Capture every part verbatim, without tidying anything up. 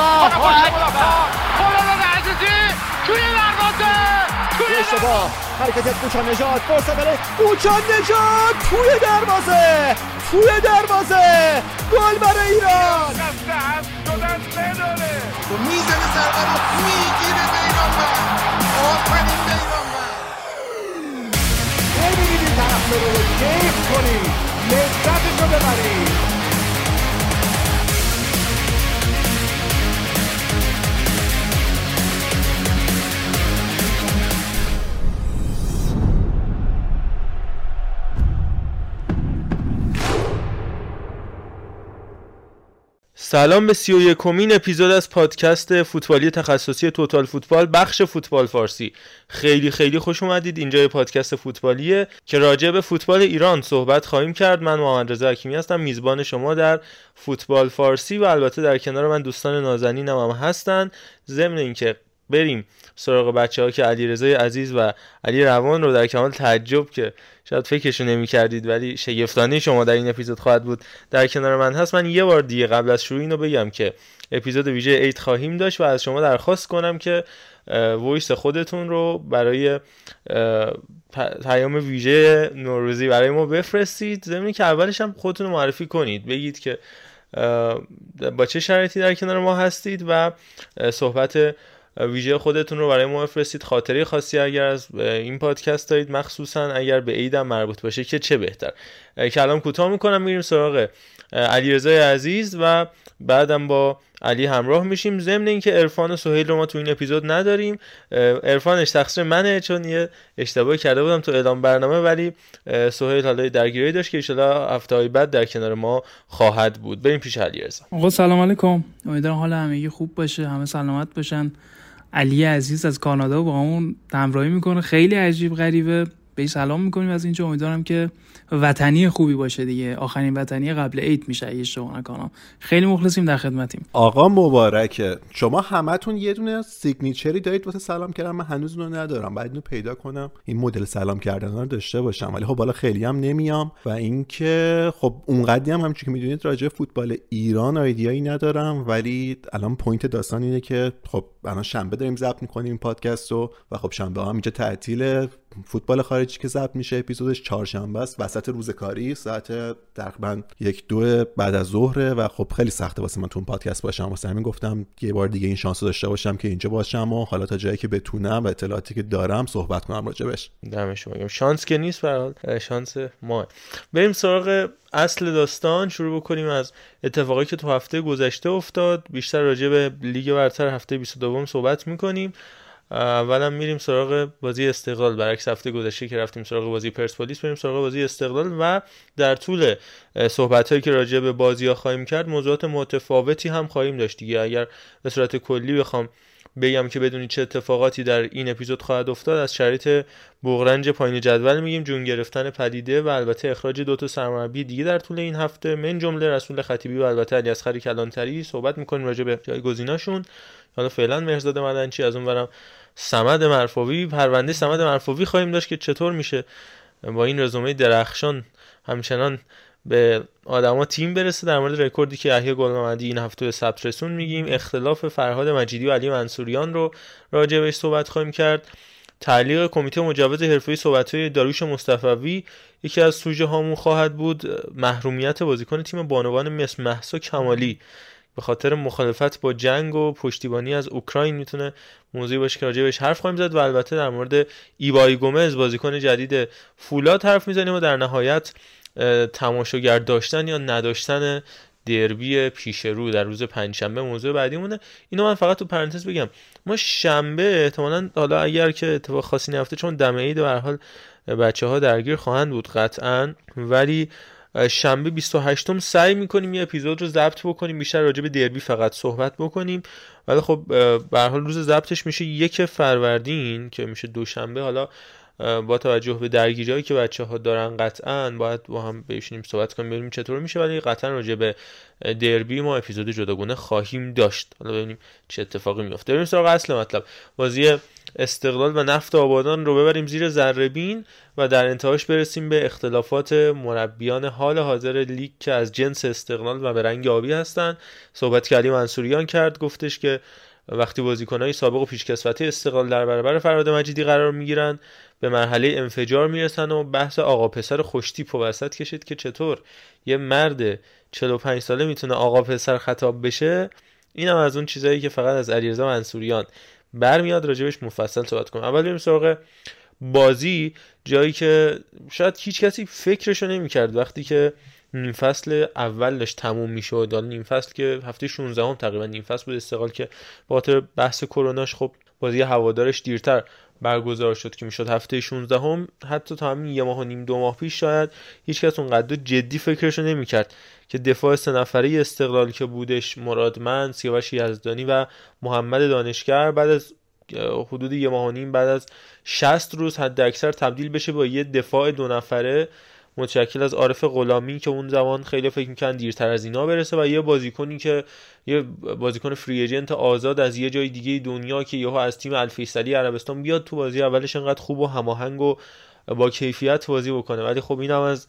خورالات عزیزی توی دروازه توی اشتباه حرکت کوچا نژاد فرصت برای کوچا نژاد توی دروازه توی دروازه گل برای ایران دسته هم شدن بداره میزنه ضربه رو میگیره بیرانوند آفرین بیرانوند ببینید این طرف رو کیف کنید لذتش رو ببرید. سلام به سی و یکمین اپیزود از پادکست فوتبالی تخصصی توتال فوتبال بخش فوتبال فارسی. خیلی خیلی خوش اومدید. اینجا یه پادکست فوتبالیه که راجع به فوتبال ایران صحبت خواهیم کرد. من محمد رضا حکیمی هستم، میزبان شما در فوتبال فارسی و البته در کنار من دوستان نازنینم هم هستن. ضمن اینکه بریم سراغ بچه‌ها که علیرضا عزیز و علی روان رو در کمال تعجب که شاید فکرشو نمی‌کردید ولی شگفتانه شما در این اپیزود خواهد بود در کنار من هست. من یه بار دیگه قبل از شروع اینو بگم که اپیزود ویژه عید خواهیم داشت و از شما درخواست کنم که وایس خودتون رو برای پیام ویژه نوروزی برای ما بفرستید. ضمن که اولش هم خودتون رو معرفی کنید، بگید که با چه شرایطی در کنار ما هستید و صحبت ویژه خودتون رو برای ما بفرستید. خاطره خاصی اگر از این پادکست دارید، مخصوصا اگر به عیدم مربوط باشه که چه بهتر. کلام کوتاه میکنم، میریم سراغ علیرضا عزیز و بعدم با علی همراه میشیم. ضمن اینکه عرفان و سهیل رو ما تو این اپیزود نداریم. عرفانش تقصیر منه چون یه اشتباهی کرده بودم تو اعلام برنامه، ولی سهیل حالا درگیری داشت که ان شاءالله هفته‌های بعد در کنار ما خواهد بود. بریم پیش علیرضا. آقا سلام علیکم، امیدوارم حال همگی خوب باشه، همه سلامت باشن. علی عزیز از کانادا با همون همراهی میکنه، خیلی عجیب غریبه. به سلام میکنیم از اینجا، امیدوارم که وطنی خوبی باشه دیگه. آخرین وطنی قبل عید میشه اگه اشتباه نکنم. خیلی مخلصیم، در خدمتیم. آقا مبارکه. شما همتون یه دونه سیگنیچری دارید واسه سلام کردن، من هنوز اونو ندارم، بعد اینو پیدا کنم این مدل سلام کردن رو داشته باشم، ولی خب بالا خیلی هم نمیام. و اینکه خب اونقدی هم همونجوری که میدونید راجع به فوتبال ایران ایده‌ای ندارم، ولی الان پوینت داستان اینه که خب الان شنبه داریم ضبط می‌کنیم این پادکست رو و خب شنبه هم اینجا تعطیل فوتبال خارجی که ضبط میشه، اپیزودش چهارشنبه است، وسط روز کاری، ساعت تقریبا یک دو بعد از ظهره و خب خیلی سخته واسه من تو اون پادکست باشم. واسه همین گفتم یه بار دیگه این شانس رو داشته باشم که اینجا باشم و حالا تا جایی که بتونم و اطلاعاتی که دارم صحبت کنم راجبش. دمش گرم. شانس که نیست، به هر حال شانس ما. بریم سراغ اصل داستان، شروع بکنیم از اتفاقی که تو هفته گذشته افتاد. بیشتر راجع به لیگ برتر هفته بیست و دو صحبت می‌کنیم. اولا میریم سراغ بازی استقلال، برعکس هفته گذشته که رفتیم سراغ بازی پرسپولیس، بریم سراغ بازی استقلال و در طول صحبت‌هایی که راجع به بازی‌ها خواهیم کرد موضوعات متفاوتی هم خواهیم داشت دیگه. اگر به صورت کلی بخوام بگم که بدونید چه اتفاقاتی در این اپیزود خواهد افتاد، از شرایط بغرنج پایین جدول میگیم، جون گرفتن پدیده و البته اخراج دو تا سرمربی دیگه در طول این هفته، من جمله رسول خطیبی و البته علیاصغر کلانتری. صحبت می‌کنیم راجع به جایگزیناشون. حالا فعلا مهرزاد مدنچی، از اون برم صمد مرفوی، پرونده صمد مرفوی خواهیم داشت که چطور میشه با این رزومه درخشان همچنان به آدما تیم برسه. در مورد رکوردی که یحیی گل‌محمدی این هفته به ثبت رسون میگیم. اختلاف فرهاد مجیدی و علی منصوریان رو راجع بهش صحبت خواهیم کرد. تعلیق کمیته مجوز حرفه‌ای صحبت‌های داریوش مصطفوی یکی از سوژه هامون خواهد بود. محرومیت بازیکن تیم بانوان مصر مهسا کمالی به خاطر مخالفت با جنگ و پشتیبانی از اوکراین میتونه موضوعی باشه که راجع بهش حرف خواهیم زد و البته در مورد ایبای گومز بازیکن جدید فولاد حرف میزنیم و در نهایت تماشاگر داشتن یا نداشتن دربی پیش رو در روز پنجشنبه موضوع بعدیمونه. اینو من فقط تو پرانتز بگم، ما شنبه احتمالاً حالا اگر که اتفاق خاصی نیفته، چون دم عید به هر حال بچه‌ها درگیر خواهند بود قطعاً، ولی شنبه بیست و هشتم سعی میکنیم یه اپیزود رو ضبط بکنیم، بیشتر راجع به دربی فقط صحبت بکنیم. ولی خب به هر حال روز ضبطش میشه یک فروردین که میشه دوشنبه. حالا با توجه به درگیریایی که بچه‌ها دارن قطعاً باید با هم بشینیم صحبت کنیم ببینیم چطور میشه، ولی قطعاً راجع به دربی ما اپیزود جداگانه خواهیم داشت. حالا ببینیم چه اتفاقی میفته. بریم سراغ اصل مطلب. بازی استقلال و نفت آبادان رو ببریم زیر ذره‌بین و در انتهاش برسیم به اختلافات مربیان حال حاضر لیگ که از جنس استقلال و به رنگ آبی هستن. صحبت که علی منصوریان کرد، گفتش که وقتی بازیکنای سابق و پیشکسوتی استقلال در برابر فرهاد مجیدی قرار میگیرن به مرحله انفجار میرسن و بحث آقا پسر خوشتیپ و وسط کشید که چطور یه مرد چهل و پنج ساله میتونه آقا پسر خطاب بشه. اینم از اون چیزایی که فقط از علیرضا منصوریان برمیاد راجبش مفصل صحبت کنم. اول بریم سراغ بازی، جایی که شاید هیچ کسی فکرشو نمی‌کرد وقتی که نیم فصل اول داشت تموم میشد، یا نیم فصل که هفته شانزده هم تقریبا نیم فصل بود استقلال که به خاطر بحث کروناش خب بازی هوادارش دیرتر برگزار شد که میشد هفته شانزده هم، حتی تا همین یه ماه و نیم دو ماه پیش شاید هیچکس اونقدر جدی فکرشو نمی‌کرد که دفاع سه نفره استقلال که بودش مرادمند، سیاوش یزدانی و محمد دانشگر بعد از حدود یه ماه و نیم، بعد از شصت روز حد اکثر تبدیل بشه با یه دفاع دو نفره متشکل از عارف غلامی که اون زمان خیلی فکر می‌کردن دیرتر از اینا برسه و یه بازیکنی که یه بازیکن فری ایجنت آزاد از یه جای دیگه دنیا که یهو از تیم الفیصلی عربستان بیاد تو بازی اولش انقدر خوب و هماهنگ و با کیفیت بازی بکنه. ولی خب اینم از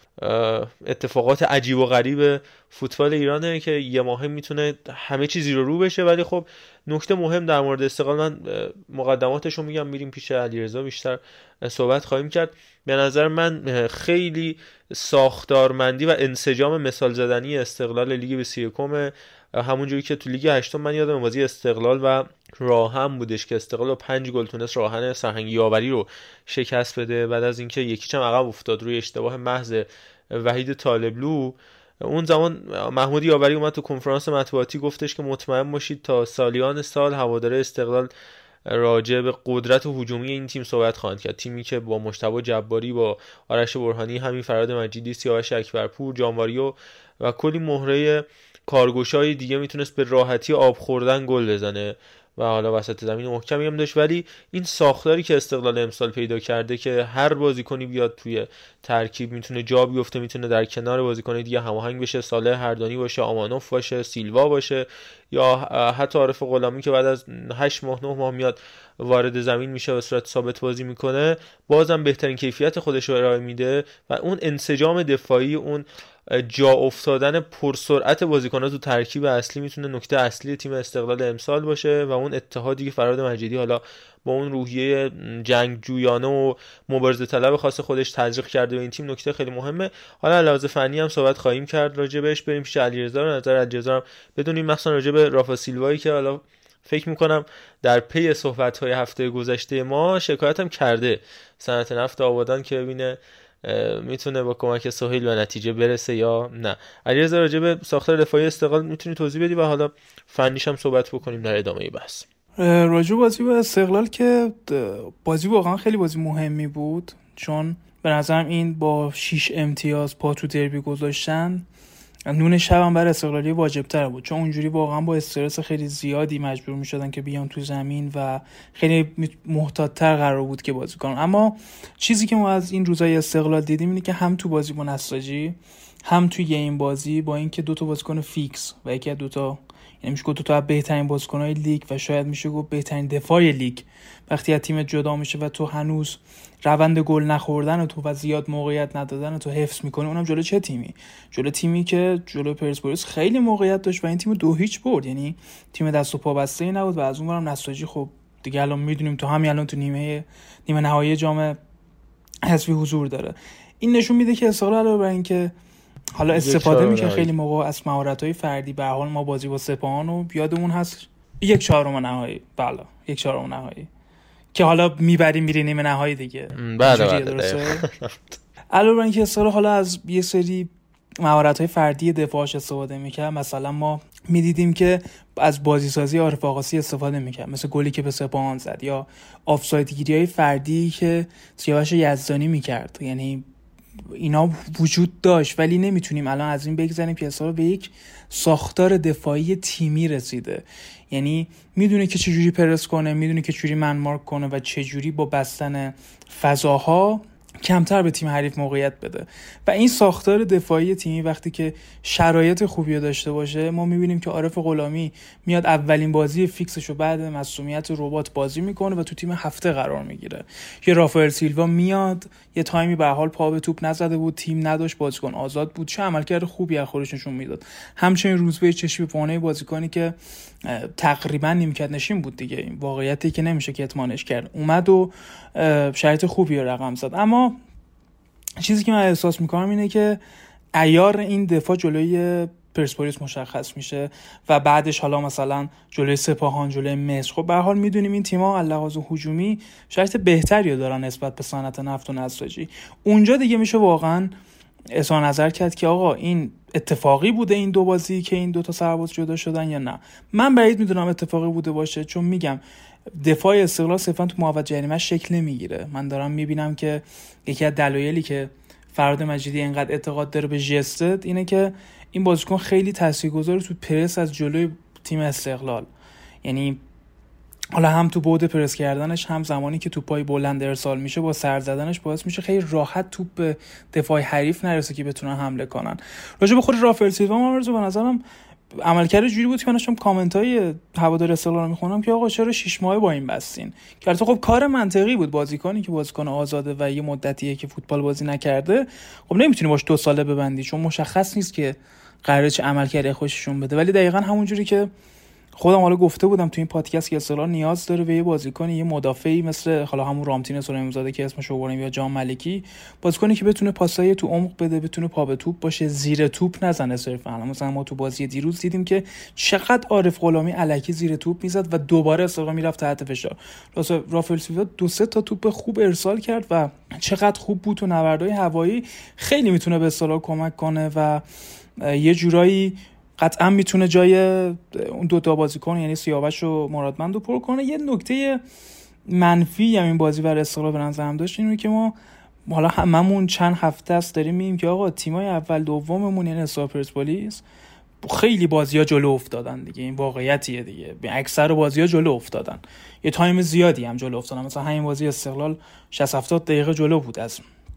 اتفاقات عجیب و غریب فوتبال ایرانه که یه ماه میتونه همه چیزی رو رو بشه. ولی خب نکته مهم در مورد استقلال، من مقدماتشو میگم میریم پیش علیرضا بیشتر صحبت خواهیم کرد. به نظر من خیلی ساختارمندی و انسجام مثال زدنی استقلال لیگ بیست و یکم، همونجوری که تو لیگ هشتم من یادم بازی استقلال و راهن بودش که استقلال با پنج گل تونست راهن سرهنگ یاوری رو شکست بده بعد از اینکه یکیچ هم عقب افتاد روی اشتباه محض وحید طالبلو. اون زمان محمود یاوری اومد تو کنفرانس مطبوعاتی گفتش که مطمئن باشید تا سالیان سال هواداره استقلال راجع به قدرت هجومی این تیم صحبت خواهند کرد. تیمی که با مجتبی جباری، با آرش برهانی، همین فراد مجیدی، سیاوش اکبرپور، جانواریو و کلی مهره کارگوشای دیگه میتونست به راحتی آب خوردن گل بزنه و حالا وسط زمین محکمی هم داشت. ولی این ساختاری که استقلال امسال پیدا کرده که هر بازیکنی بیاد توی ترکیب میتونه جا بیفته، میتونه در کنار بازیکنای دیگه هماهنگ بشه، صالح هردانی باشه، آمانوف باشه، سیلوا باشه، یا حتی عارف غلامی که بعد از هشت ماه نه ماه میاد وارد زمین میشه و صورت ثابت بازی میکنه، بازم بهترین کیفیت خودش رو ارائه میده و اون انسجام دفاعی، اون جا افتادن پرسرعت بازیکن‌ها تو ترکیب اصلی میتونه نکته اصلی تیم استقلال امسال باشه و اون اتحادی که فراد مجیدی حالا با اون روحیه جنگجویانه و مبارزه طلب خاص خودش تزریق کرده به این تیم نکته خیلی مهمه. حالا لحاظ فنی هم صحبت خواهیم کرد راجع بهش. بریم پیش علیرضا. نظر علیرضا هم بدونیم، مثلا راجع به رافا سیلوایی که حالا فکر میکنم در پی صحبت‌های هفته گذشته ما شکایت هم کرده صنعت نفت آبادان که ببینه میتونه با کمک سهیل به نتیجه برسه یا نه. علیرضا راجع به ساختار دفاعی استقلال میتونی توضیح بدی و حالا فنیش هم صحبت بکنیم در ادامه بحث. راجع بازی به استقلال که بازی واقعا خیلی بازی مهمی بود، چون به نظرم این با شش امتیاز پا تو دربی گذاشتن نون شب هم برای استقلالی واجب تر بود، چون اونجوری واقعا با استرس خیلی زیادی مجبور می شدن که بیان تو زمین و خیلی محتاط تر قرار بود که بازی کنن. اما چیزی که ما از این روزای استقلال دیدیم اینه که هم تو بازی با نساجی، هم توی این بازی با اینکه دو تا بازیکن فیکس و یکی از دو تا، یعنی میشه گفت دو تا بهترین بازیکن‌های لیگ و شاید میشه گفت بهترین دفاع لیگ، وقتی از تیم جدا میشه و تو هنوز روند گل نخوردن و تو و زیاد موقعیت ندادن و تو حفظ میکنی، اونم جلو چه تیمی؟ جلو تیمی که جلو پرسپولیس خیلی موقعیت داشت و این تیم دو هیچ برد، یعنی تیم دست و پا بسته نبود. و از اونورم نساجی خب دیگه الان میدونیم تو همین الان تو نیمه نیمه نهایی جام حذفی حضور داره. این نشون میده که استقلال علاوه بر اینکه حالا استفاده میشه خیلی موقع از مهارت‌های فردی، به هر حال ما بازی با سپاهان و یادمون هست یک چهارم نهایی، بله یک چهارم نهایی که حالا میبریم میریم نیمه نهایی دیگه. بله بله. علاوه بر اینکه استقلال حالا از یه سری مهارت‌های فردی دفاعش استفاده میکرد، مثلا ما میدیدیم که از بازیسازی عارف آقاسی استفاده میکرد، مثل گلی که به سپاهان زد، یا آفساید گیری‌های فردی که سیاوش یزدانی میکرد. یعنی اینا وجود داشت ولی نمیتونیم الان از این بگذاریم که استقلال به یک ساختار دفاعی تیمی رسیده. یعنی میدونه که چجوری پرس کنه، میدونه که چجوری من مارک کنه و چجوری با بستن فضاها کمتر به تیم حریف موقعیت بده و این ساختار دفاعی تیمی وقتی که شرایط خوبی داشته باشه، ما میبینیم که عارف غلامی میاد اولین بازی فیکسش رو بعد مسئولیت ربات بازی میکنه و تو تیم هفته قرار میگیره. یه رافائل سیلوا میاد یه تایمی به حال پا به توپ نزده بود، تیم نداشت، بازیکن آزاد بود، چه عملکرد خوبی از خودش نشون میداد. همچنین روزبه چشمی پهنه بازیکنی که تقریبا نیمکت نشین بود دیگه، این واقعیتی که نمیشه که اتمانش کرد، اومد و شرایط خوبی رو رقم زد. اما چیزی که من احساس میکنم اینه که عیار این دفاع جلوی پرسپولیس مشخص میشه و بعدش حالا مثلا جلوی سپاهان، جلوی مصر. خب به هر حال میدونیم این تیم‌ها از لحاظ هجومی شرایط بهتری دارن نسبت به صنعت نفت و نساجی. اونجا دیگه میشه واقعا اظهار نظر کرد که آقا این اتفاقی بوده این دو بازی که این دو تا سرباز جدا شدن یا نه. من بعید میدونم اتفاقی بوده باشه، چون میگم دفاع استقلال صرفا تو محوطه جریمه شکل نمیگیره. من دارم میبینم که یکی از دلایلی که فراد مجیدی اینقدر اعتقاد داره به ژستد اینه که این بازیکن خیلی تاثیرگذاره تو پرس از جلوی تیم استقلال. یعنی حالا هم تو بعد پرس کردنش، هم زمانی که توپای بلند ارسال میشه با سر زدنش باعث میشه خیلی راحت توپ به دفاع حریف نرسه که بتونن حمله کنن. راجع به خود رافائل سیلوا ما به نظرم عملکرد جوری بود که من داشتم کامنتای هوادار استقلال رو میخونم که آقا چرا شش ماه با این بستین، که البته خب کار منطقی بود. بازیکنی که بازیکن آزاده و یه مدتیه که فوتبال بازی نکرده، خب نمیتونی باش دو ساله ببندی چون مشخص نیست که قراره چه عملکردی خوششون بده. ولی دقیقاً همون جوری که خودم حالا گفته بودم تو این پادکست که استقلال نیاز داره به یه بازیکنی، یه مدافعی مثل حالا همون رامتین سلیمانی زاده که اسمش رو بریم یا جان ملکی، بازیکنی که بتونه پاسای تو عمق بده، بتونه پا به توپ باشه، زیر توپ نزنه صرفا. مثلا ما تو بازی دیروز دیدیم که چقدر عارف غلامی الکی زیر توپ میزد و دوباره استقلال میرفت تحت فشار. رافائل سیلوا دو سه تا توپ خوب ارسال کرد و چقدر خوب بود تو نبردهای هوایی، خیلی میتونه به استقلال کمک کنه و یه جورایی قطعا میتونه جای اون دو تا بازیکن یعنی سیاوش و مرادمند رو پر کنه. یه نکته منفی همین بازی برای استقلال به نظرم داشت اینه که ما حالا هممون چند هفته است داریم میگیم که آقا تیمای اول دوممون یعنی استقلال پرسپولیس خیلی بازی‌ها جلو افتادن دیگه، این واقعیتیه دیگه، به اکثر بازی‌ها جلو افتادن، یه تایم زیادی هم جلو افتادن. مثلا همین بازی استقلال شصت هفتاد دقیقه جلو بود از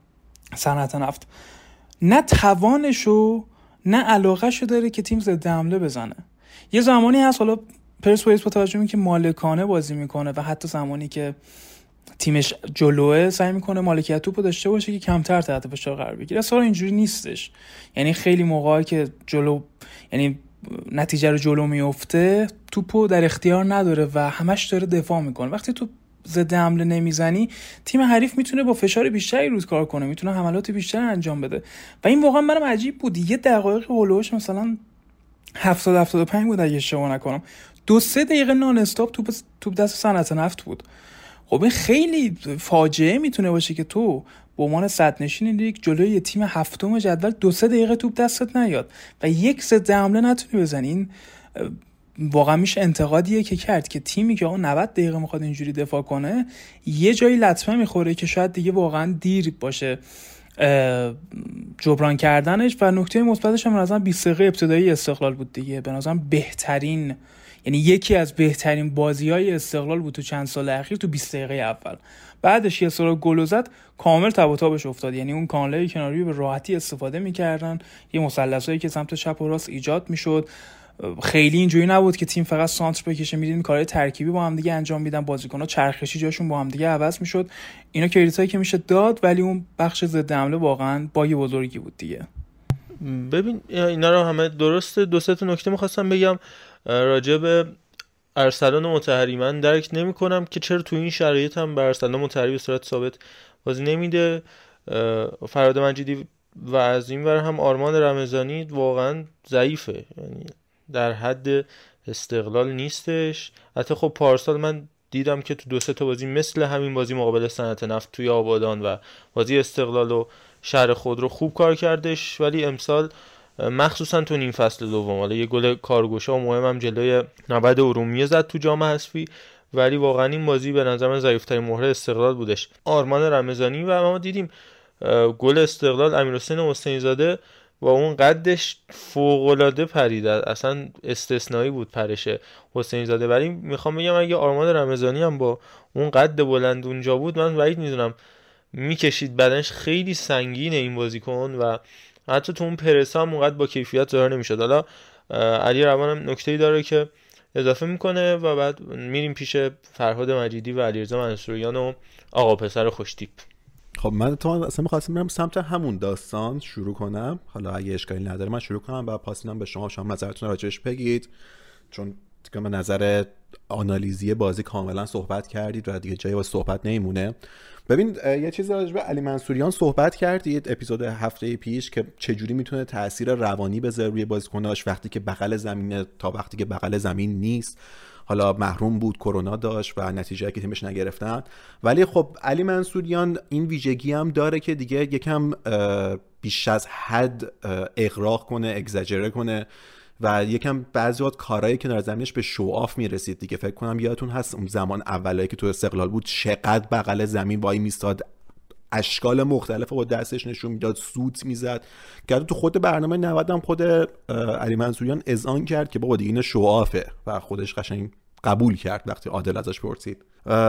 صنعت نفت. نه توانشو نه علاقه‌شو داره که تیم ضد حمله بزنه. یه زمانی هست حالا پرسپولیس با توجه به اینکه مالکانه بازی میکنه و حتی زمانی که تیمش جلوه سعی میکنه مالکیت توپو داشته باشه که کمتر تحت فشار قرار بگیره. اصلا اینجوری نیستش. یعنی خیلی موقعی که جلو یعنی نتیجه رو جلو میفته توپو در اختیار نداره و همش داره دفاع میکنه. وقتی تو ضد حمله نمیزنی تیم حریف میتونه با فشار بیشتری روز کار کنه، میتونه حملات بیشتری انجام بده و این واقعا برام عجیب بود. یه دقایق هولوش مثلا هفتاد هفتاد و پنج بود اگه اشتباه نکنم، دو سه دقیقه نان استاپ توپ توپ دست صنعت نفت بود. خب این خیلی فاجعه میتونه باشه که تو به عنوان صدرنشین لیگ جلوی یه تیم هفتم جدول دو سه دقیقه توپ دستت نیاد و یک ضد حمله نتونی بزنی. این واقعا میشه انتقادیه که کرد که تیمی که اون نود دقیقه میخواد اینجوری دفاع کنه یه جایی لطمه میخوره که شاید دیگه واقعا دیر باشه جبران کردنش. و نکته مثبتش هم مثلا بیست دقیقه ابتدایی استقلال بود دیگه، به نظرم بهترین یعنی یکی از بهترین بازی‌های استقلال بود تو چند سال اخیر تو بیست دقیقه اول. بعدش یه سر گل زد کامل تب و تابش افتاد، یعنی اون کانالای کناری به راحتی استفاده می‌کردن، یه مثلثایی که سمت چپ و راست ایجاد می‌شد. خیلی اینجوری نبود که تیم فقط سانتر بکشه، می‌دیدین کارهای ترکیبی با هم دیگه انجام میدن، بازیکن‌ها چرخشی جاشون با هم دیگه عوض می‌شد. اینا کریدیتایی که میشه داد، ولی اون بخش ضد حمله واقعا باگ بزرگی بود دیگه. ببین اینا رو همه درسته. دو سه تا نکته می‌خواستم بگم راجع به ارسلان مطهری. من درک نمی‌کنم که چرا تو این شرایط هم بر ارسلان مطهری به صورت ثابت بازی نمیده. فراد مجیدی و از این ور هم آرمان رمضانی واقعا ضعیفه، یعنی در حد استقلال نیستش. حتی خب پارسال من دیدم که تو دو سه تا بازی مثل همین بازی مقابل صنعت نفت توی آبادان و بازی استقلال و شهر خود رو خوب کار کردش، ولی امسال مخصوصا تو نیم فصل دوم حالا یه گل کارگوشا و مهمم جلوی نبرد ارومیه زد تو جام حذفی، ولی واقعا این بازی به نظر من ضعیف‌ترین مهره استقلال بودش. آرمان رمضانی و ما دیدیم گل استقلال امیرحسین حسینی زاده با اون قدش فوق‌العاده پرید، اصلا استثنایی بود پرش حسینی زاده. ولی میخوام بگم اگه آرمان رمضانی هم با اون قد بلند اونجا بود من بعید میدونم میکشید، بدنش خیلی سنگینه این بازیکن و حتی تو اون پرسا هم اونقدر با کیفیت ظاهر نمیشد. حالا علی روان هم نکته‌ای داره که اضافه میکنه و بعد میریم پیش فرهاد مجیدی و علیرضا منصوریان و آقا پسر خوشتیپ. خب من تو اصلا می‌خواستم برم سمت همون داستان شروع کنم، حالا اگه اشکالی نداره من شروع کنم و پاسینم به شما، شما نظرتون راجعش بگید، چون دیگه من نظر آنالیزی بازی کاملا صحبت کردید و دیگه جایی واسه صحبت نمیمونه. ببین یه چیزی راجع به علی منصوریان صحبت کردید اپیزود هفته پیش که چجوری میتونه تاثیر روانی بذاره روی بازیکناش وقتی که بغل زمینه تا وقتی که بغل زمین نیست. حالا محروم بود، کرونا داشت و نتیجه که تیمش نگرفتن، ولی خب علی منصوریان این ویژگی هم داره که دیگه یکم بیش از حد اغراق کنه، اگزاجره کنه و یکم بعضی وقت کارهایی که در زمینش به شو آف میرسید دیگه. فکر کنم یادتون هست اون زمان اولایی که تو استقلال بود چقدر بغل زمین وای میستاد، اشکال مختلف با دستش نشون میداد، سوت میزد که تو خود برنامه نود هم خود علی منصوریان اذعان کرد که بابا دیگه این شو آفه و خودش قشنگ قبول کرد وقتی عادل ازش پرسید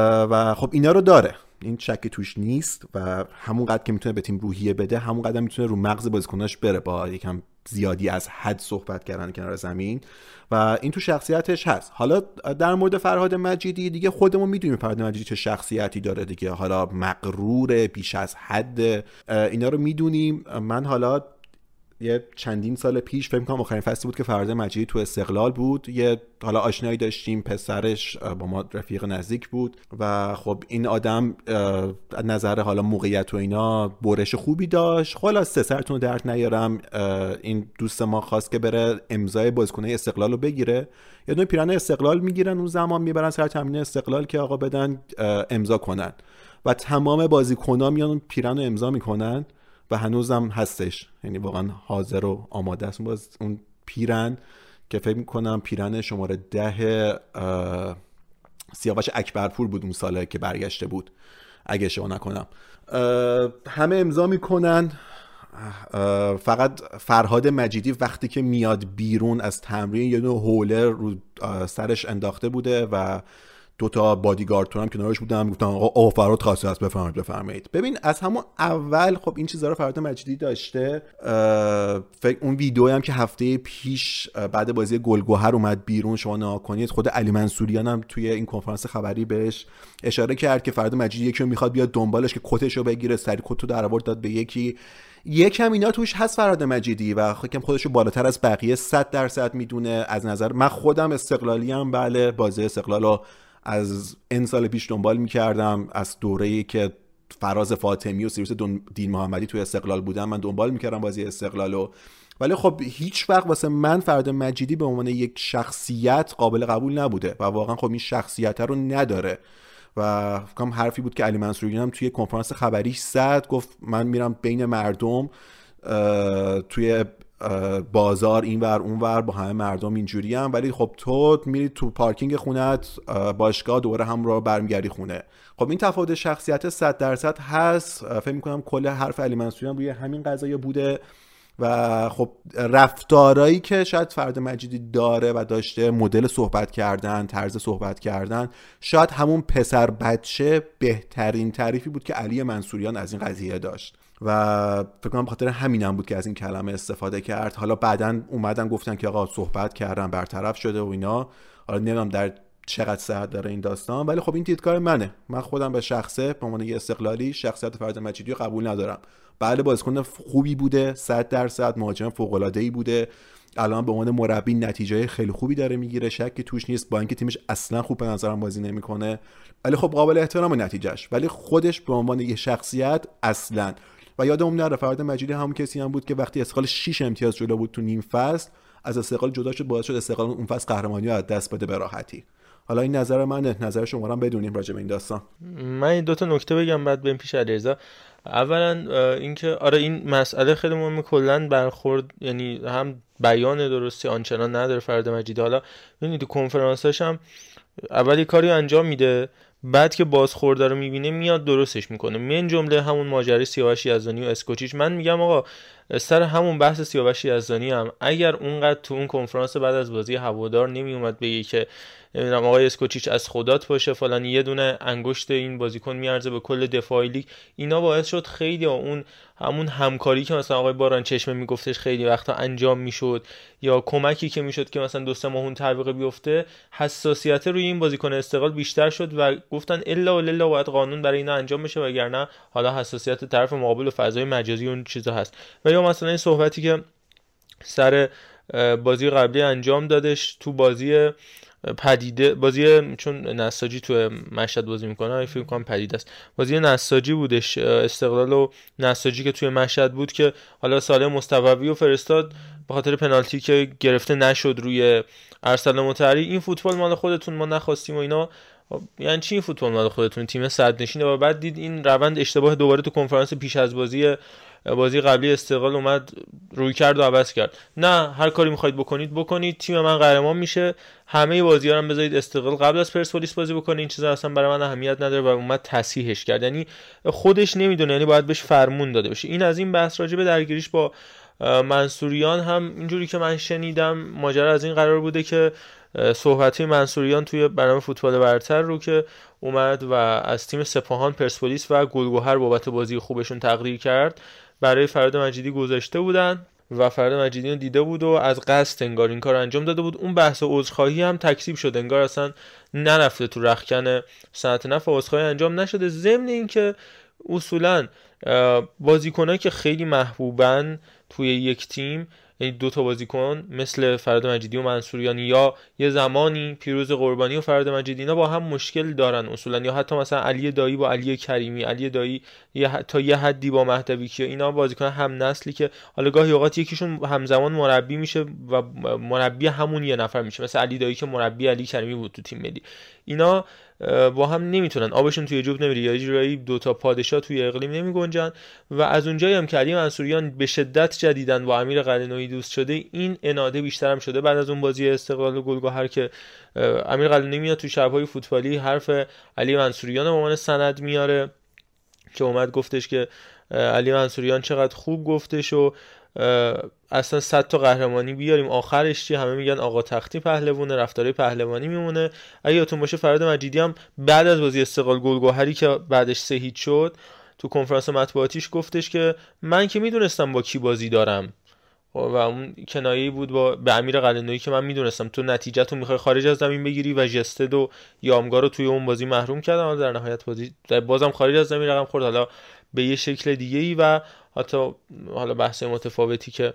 و خب اینا رو داره، این شکی توش نیست و همون قدر که میتونه به تیم روحیه بده همون قدر میتونه رو مغز بازیکناش بره با یکم زیادی از حد صحبت کردن کنار زمین و این تو شخصیتش هست. حالا در مورد فرهاد مجیدی دیگه خودمون میدونیم فرهاد مجیدی چه شخصیتی داره دیگه، حالا مغرور بیش از حد، اینا رو میدونیم. من حالا یه چندین سال پیش فکر کنم آخرین فصلی بود که فرهاد مجیدی تو استقلال بود، یه حالا آشنایی داشتیم، پسرش با ما رفیق نزدیک بود و خب این آدم از نظر حالا موقعیت و اینا برش خوبی داشت. خلاص سرتون درد نیارم، این دوست ما خواست که بره امضای بازیکنای استقلال رو بگیره، یه دونه پیرن استقلال میگیرن اون زمان میبرن سر تمرین استقلال که آقا بدن امضا کنن و تمام بازیکن‌ها میان پیرن رو امضا میکنن و هنوزم هستش، یعنی واقعا حاضر و آماده است. باز اون پیرن که فکر میکنم پیرن شماره ده سیاوش اکبرپور بود اون ساله که برگشته بود اگه اشتباه نکنم، همه امضا میکنن. فقط فرهاد مجیدی وقتی که میاد بیرون از تمرین یه دونه حوله رو سرش انداخته بوده و دو تا بادیگارد هم کنارش بودن، گفتن آقا فرهاد خواسته است بفرمایید بفرمایید. ببین از همون اول خب این چیزا رو فرهاد مجیدی داشته. فکر اون ویدئویی هم که هفته پیش بعد بازی گلگهر اومد بیرون شما نگاه کنید، خود علی منصوریان هم توی این کنفرانس خبری بهش اشاره کرد که فرهاد مجیدی یکی رو میخواد بیاد دنبالش که کتشو بگیره، سری کتو در آورد داد به یکی. یکم اینا توش هست فرهاد مجیدی و یکم خودشو بالاتر از بقیه صد درصد میدونه. از نظر من خودم استقلالی ام، بله بازی استقلالو از این سال پیش دنبال میکردم، از دوره‌ای که فراز فاطمی و سیروس دین محمدی توی استقلال بودن من دنبال میکردم بازی استقلالو، ولی خب هیچ وقت واسه من فرهاد مجیدی به عنوان یک شخصیت قابل قبول نبوده و واقعا خب این شخصیت رو نداره و فکرم حرفی بود که علی منصوریان هم توی کنفرانس خبریش زد، گفت من میرم بین مردم توی بازار این ور اون ور با همه مردم اینجوری هم، ولی خب تو میری تو پارکینگ خونت باشگاه دوباره هم رو برمیگردی خونه. خب این تفاوت شخصیت صد درصد هست. فکر میکنم کل حرف علی منصوریان روی همین قضیه بوده و خب رفتارایی که شاید فرهاد مجیدی داره و داشته، مدل صحبت کردن، طرز صحبت کردن، شاید همون پسر بچه بهترین تعریفی بود که علی منصوریان از این قضیه داشت و فکر کنم بخاطر همینم بود که از این کلمه استفاده کرد. حالا بعدن اومدن گفتن که آقا صحبت کردن برطرف شده و اینا، حالا نمیدونم در چقدر صحت داره این داستان، ولی خب این دیدگاه منه. من خودم به شخصه به عنوان یه استقلالی شخصیت فرهاد مجیدی رو قبول ندارم. بله بازیکن خوبی بوده، صد درصد مهاجم فوق‌العاده‌ای بوده، الان به عنوان مربی نتیجه خیلی خوبی داره میگیره، شکی توش نیست، با اینکه تیمش اصلا خوب به نظرم بازی نمیکنه، ولی خب قابل احترام نتیجهش، ولی خودش به عنوان یه شخصیت اصلا. و یادم نره فرهاد مجیدی همون کسی هم بود که وقتی استقلال شش امتیاز جلو بود تو نیم فصل از استقلال جدا شد، باعث شد استقلال اون فصل قهرمانی رو از دست بده به راحتی. حالا این نظر منه، نظر شما رو هم بدونیم راجع به این داستان. من این دو تا نکته بگم بعد بریم پیش علیرضا. اولا اینکه آره این مسئله خیلی مهمه، کلا برخورد یعنی هم بیان درستی آنچنان نداره فرهاد مجیدی. حالا ببینید تو کنفرانسش هم اولی کاری انجام میده، بعد که بازخورده رو میبینه میاد درستش میکنه. من جمله همون ماجرای سیاوش یزدانی و اسکوچیچ، من میگم آقا سر همون بحث سیاوش یزدانی هم اگر اونقدر تو اون کنفرانس بعد از بازی هوادار نمی اومد بگه که نمیدونم آقای اسکوچیچ از خدات باشه فلان، یه دونه انگشت این بازیکن میارزه به کل دفاع لیگ، اینا باعث شد خیلی اون همون همکاری که مثلا آقای باران چشمه میگفتش خیلی وقتا انجام میشد یا کمکی که میشد که مثلا دو سه ماه اون تعویق بیفته، حساسیت روی این بازیکن استقلال بیشتر شد و گفتن الا و لله باید قانون برای اینا انجام بشه وگرنه حالا حساسیت طرف مقابل و فضای مجازی اون چیزا هست. و یا مثلا این صحبتی که سر بازی قبلی انجام دادش تو بازی پدیده، بازی چون نساجی تو مشهد بازی میکنه فکر کنم پدیده است، بازی نساجی بودش، استقلال و نساجی که توی مشهد بود که حالا ساله مصطفی و فرستاد به خاطر پنالتی که گرفته نشد روی ارسلان مطهری. این فوتبال مال خودتون، ما نخواستیم و اینا. یعنی چی این فوتبال مال خودتون؟ تیم صد نشینه. و بعد دید این روند اشتباه دوباره تو کنفرانس پیش از بازی بازی قبلی استقلال اومد روی کرد و عوض کرد. نه، هر کاری میخواید بکنید بکنید، تیم من قهرمان میشه، همه بازی‌ها رو بذارید استقلال قبل از پرسپولیس بازی بکنه، این چیزا اصلا برای من اهمیت نداره و اومد تصحیحش کرد. یعنی خودش نمیدونه، یعنی باید بهش فرمون داده بشه. این از این بحث راجع به درگیریش با منصوریان هم اینجوری که من شنیدم ماجرا از این قرار بوده که صحبتی منصوریان توی برنامه فوتبال برتر رو که اومد و از تیم سپاهان، پرسپولیس و گلگهر بابت بازی خوبشون تقدیر کرد برای فراد مجیدی گذاشته بودن و فراد مجیدی رو دیده بود و از قصد انگار این کار انجام داده بود. اون بحث عذرخواهی هم تکذیب شد، انگار اصلا نرفته تو رختکن صنعت نفت، عذرخواهی انجام نشده. ضمن این که اصولا بازیکنایی که خیلی محبوبن توی یک تیم، یعنی دو تا بازیکن مثل فراد مجیدی و منصوریان یا یه زمانی پیروز قربانی و فراد مجیدی، اینا با هم مشکل دارن اصولا، یا حتی مثلا علی دایی با علی کریمی، علی دایی یا تا یه حدی با مهدوی کیا، اینا بازیکن هم نسلی که حالا گاهی اوقات یکیشون همزمان مربی میشه و مربی همون یه نفر میشه، مثل علی دایی که مربی علی کریمی بود تو تیم ملی. اینا با هم نمیتونن، آبشون توی جوب نمیره، یا جورایی دو تا پادشاه توی اقلیم نمیگنجن. و از اونجایی هم که علی منصوریان به شدت جدیدن با امیر قلعه‌نویی دوست شده، این اناده بیشتر هم شده بعد از اون بازی استقلال و گلگهر که امیر قلعه‌نویی میاد تو شب‌های فوتبالی حرف علی منصوریان به عنوان سند میاره که اومد گفتش که علی منصوریان چقدر خوب گفتش و اصلا صد تا قهرمانی بیاریم آخرش چی، همه میگن آقا تختی پهلوونه، رفتاری پهلوانی میمونه. اگه یادتون باشه فراد مجیدی هم بعد از بازی استقلال گلگهری که بعدش سه هیچ شد تو کنفرانس مطبوعاتیش گفتش که من که میدونستم با کی بازی دارم و اون کنایه‌ای بود با به امیر قلعه‌نویی که من میدونستم تو نتیجه‌تو میخوای خارج از زمین بگیری و ژستد و یامگار رو توی اون بازی محروم کردن، در نهایت بازی بازم خارج از زمین رقم خورد، حالا به یه شکل دیگه‌ای و حتی حالا بحث متفاوتی که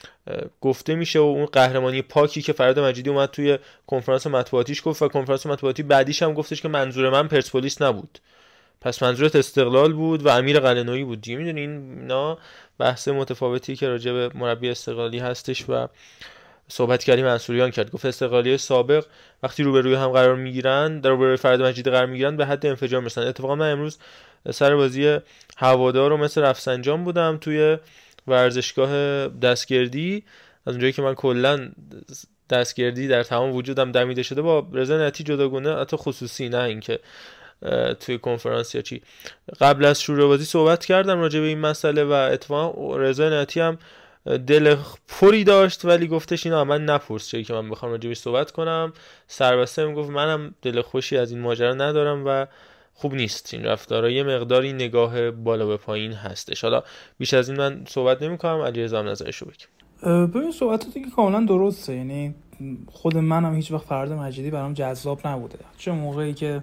گفته میشه. و اون قهرمانی پاکی که فراد مجیدی اومد توی کنفرانس مطبوعاتیش گفت و کنفرانس مطبوعاتی بعدیش هم گفتش که منظور من پرسپولیس نبود، پس منظورت استقلال بود و امیر قلعه‌نویی بود دیگه. میدونین اینا بحث متفاوتی که راجع به مربی استقلالی هستش. و صحبت کردیم منصوریان کرد، گفت استقلالی سابق وقتی روبروی هم قرار میگیرن، در روبروی فراد مجیدی قرار میگیرن، به حد انفجار میرسن. اتفاقا من امروز سر بازی هوادار رو مثل رفسنجان بودم توی ورزشگاه دستگردی، از اونجایی که من کلا دستگردی در تمام وجودم دمیده شده، با رضا نعتی جداگونه، حتی خصوصی، نه اینکه توی کنفرانس یا چی، قبل از شروع بازی صحبت کردم راجع به این مسئله و اتفاقا رضا نعتی هم دل پری داشت ولی گفتش اینا من نپرس چیزی که من بخوام راجع بهش صحبت کنم. سربسته میگفت منم دل خوشی از این ماجرا ندارم و خوب نیست این رفتارا، یه مقداری نگاه بالا به پایین هستش. حالا بیش از این من صحبت نمی‌کنم، علیرضا هم نظرشو بگم. ببین صحبتاتی که کاملا درسته، یعنی خود منم هیچ وقت فراد مجیدی برام جذاب نبوده، چه موقعی که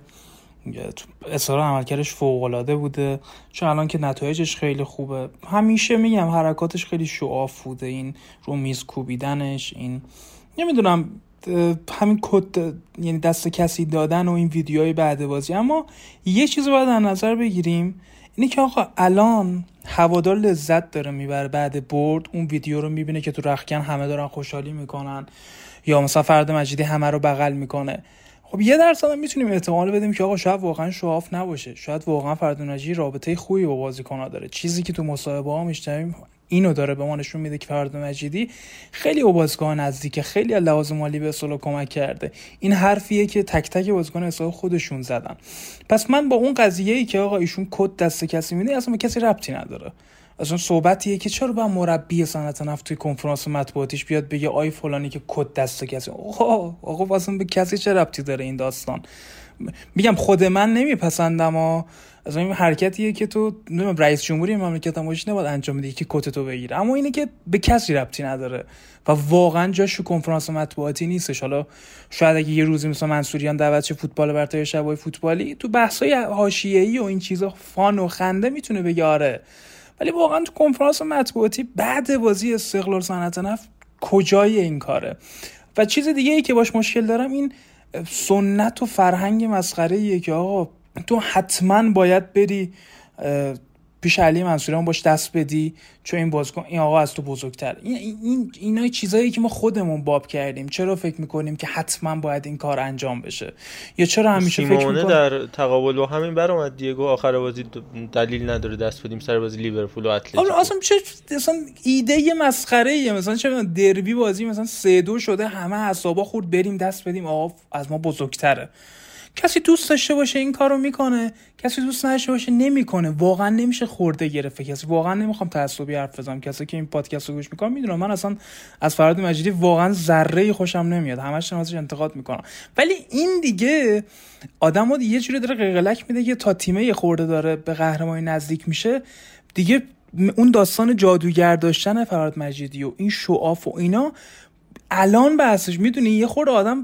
اصرار عملکردش فوق‌العاده بوده، چون الان که نتایجش خیلی خوبه. همیشه میگم حرکاتش خیلی شعاف بوده، این رو میز کوبیدنش، این نمیدونم همین کد، یعنی دست کسی دادن و این ویدیوهای بعد بازی. اما یه چیز باید در نظر بگیریم، اینه که آقا الان هوادار لذت داره میبره بعد برد، اون ویدیو رو میبینه که تو رختکن همه دارن خوشحالی میکنن یا مثلا فراد مجیدی همه رو بغل میکنه. خب یه درصد هم میتونیم احتمال بدیم که آقا شاید واقعا شعاف نباشه، شاید واقعا فراد مجیدی رابطه خوبی با بازیکن‌ها داره. چیزی که تو مصاحبه ها میشنویم اینو داره به ما نشون میده که فراد مجیدی خیلی با بازیکن نزدیکه، خیلی از لحاظ مالی به اصلا کمک کرده. این حرفیه که تک تک بازیکن اصلا خودشون زدن. پس من با اون قضیه‌ای که آقا ایشون کد دست کسی میده اصلا به کسی ربطی نداره. اصلا صحبتیه که چرا با مربی صنعت نفت توی کنفرانس مطبوعاتیش بیاد بگه آی فلانی که کد دست کسی. آقا آقا واسه به کسی چه ربطی داره این داستان؟ میگم خود من نمیپسندم ها، از این حرکتیه که تو نمیدونم رئیس جمهوری مملکت هم باشی نباید انجام بدی که کت تو بگیره، اما اینه که به کسی ربطی نداره و واقعا جاش تو کنفرانس مطبوعاتی نیستش. حالا شاید اگه یه روزی مثلا منصوریان دعوت شه فوتبال برتر یا شبای فوتبالی تو بحث‌های حاشیه‌ای و این چیزا فان و خنده میتونه بگه آره، ولی واقعا تو کنفرانس مطبوعاتی بعد بازی استقلال صنعت نفت کجای این کاره؟ و چیز دیگه ای که باش مشکل دارم این سنت و فرهنگ مسخره‌ایه که آقا تو حتما باید بری پیش علی منصوریان باش دست بدی چون این بازیکن این آقا از تو بزرگتر. این این اینا چیزایی که ما خودمون باب کردیم. چرا فکر میکنیم که حتما باید این کار انجام بشه؟ یا چرا همیشه فکر میکنیم در تقابل با همین برآمد دیگو آخر بازی دلیل نداره دست بدیم سر بازی لیورپول و اتلتیکو. اصلا چه اصلا ایده مسخره ایه. مثلا چه دربی بازی مثلا سه دو شده همه اعصابا خورد بریم دست بدیم آقا از ما بزرگتره. کسی دوست داشته باشه این کارو میکنه، کسی دوست نداشته باشه نمیکنه. واقعا نمیشه خورده گرفت کسی. واقعا نمیخوام تعصبی حرف بزنم. کسی که این پادکست رو گوش میکنه میدونه من اصلا از فرهاد مجیدی واقعا ذره خوشم نمیاد، همش ازش انتقاد میکنم، ولی این دیگه آدمو یه جوری داره قلقلک میده که تا تیمه یه خورده داره به قهرمانی نزدیک میشه دیگه. اون داستان جادوگر داشتن فرهاد مجیدی و این شوآف و اینا الان بحثش میدونی یه خورده آدم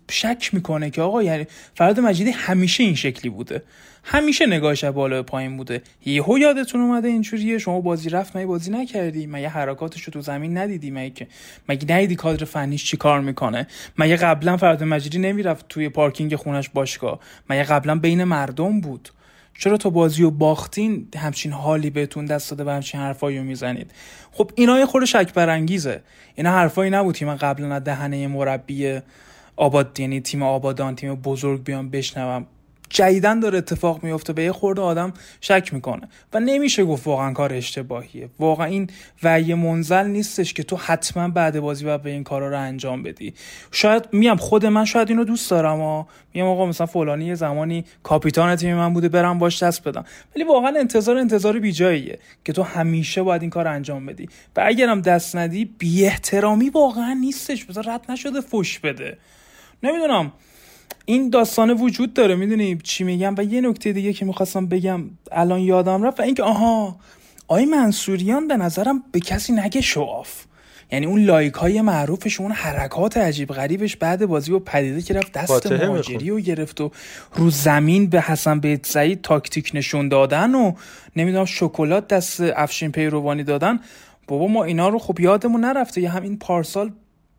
شک میکنه که آقا یعنی فرهاد مجیدی همیشه این شکلی بوده، همیشه نگاهش بالا پایین بوده، یهو یادتون اومده اینجوریه؟ شما بازی رفت مگه بازی نکردی؟ مگه حرکاتش رو تو زمین ندیدی؟ مگه مگه ندیدی کادر فنیش چی کار میکنه؟ مگه قبلا فرهاد مجیدی نمیرفت توی پارکینگ خونش باشگاه؟ مگه قبلا بین مردم بود؟ چرا تو بازیو باختین همچین حالی بهتون دست داده و همچین حرفایو میزنید؟ خب اینا یه خورده شک برانگیزه. اینا حرفایی نبود که من قبلا از دهنه مربی آباد یعنی تیم آبادان تیم بزرگ بیام بشنوم. جدیدن داره اتفاق میفته، به یه خورده آدم شک میکنه و نمیشه گفت واقعا کار اشتباهیه. واقعا این وعی منزل نیستش که تو حتما بعد بازی باید به این کارا رو انجام بدی. شاید میام خود من شاید اینو دوست دارم ها، میام آقا مثلا فلانی یه زمانی کاپیتان تیم من بوده برام باش دست بدم، ولی واقعا انتظار انتظار بیجاییه که تو همیشه باید این کار انجام بدی و اگرم دست ندی بی احترامی واقعا نیستش. مثلا رد نشده فوش بده. نمیدونم این داستانه وجود داره، میدونی چی میگم؟ و یه نکته دیگه که میخواستم بگم الان یادم رفت و اینکه آها آقای منصوریان به نظرم به کسی نگه شوآف، یعنی اون لایک های معروفش اون حرکات عجیب غریبش بعد بازی و پدیده که رفت دست مهاجری و گرفت و رو زمین به حسن بهت سعید تاکتیک نشون دادن و نمیدونم شکلات دست افشین پیروانی دادن. بابا ما اینا رو خب یادمون نرفته. یا همین پارسال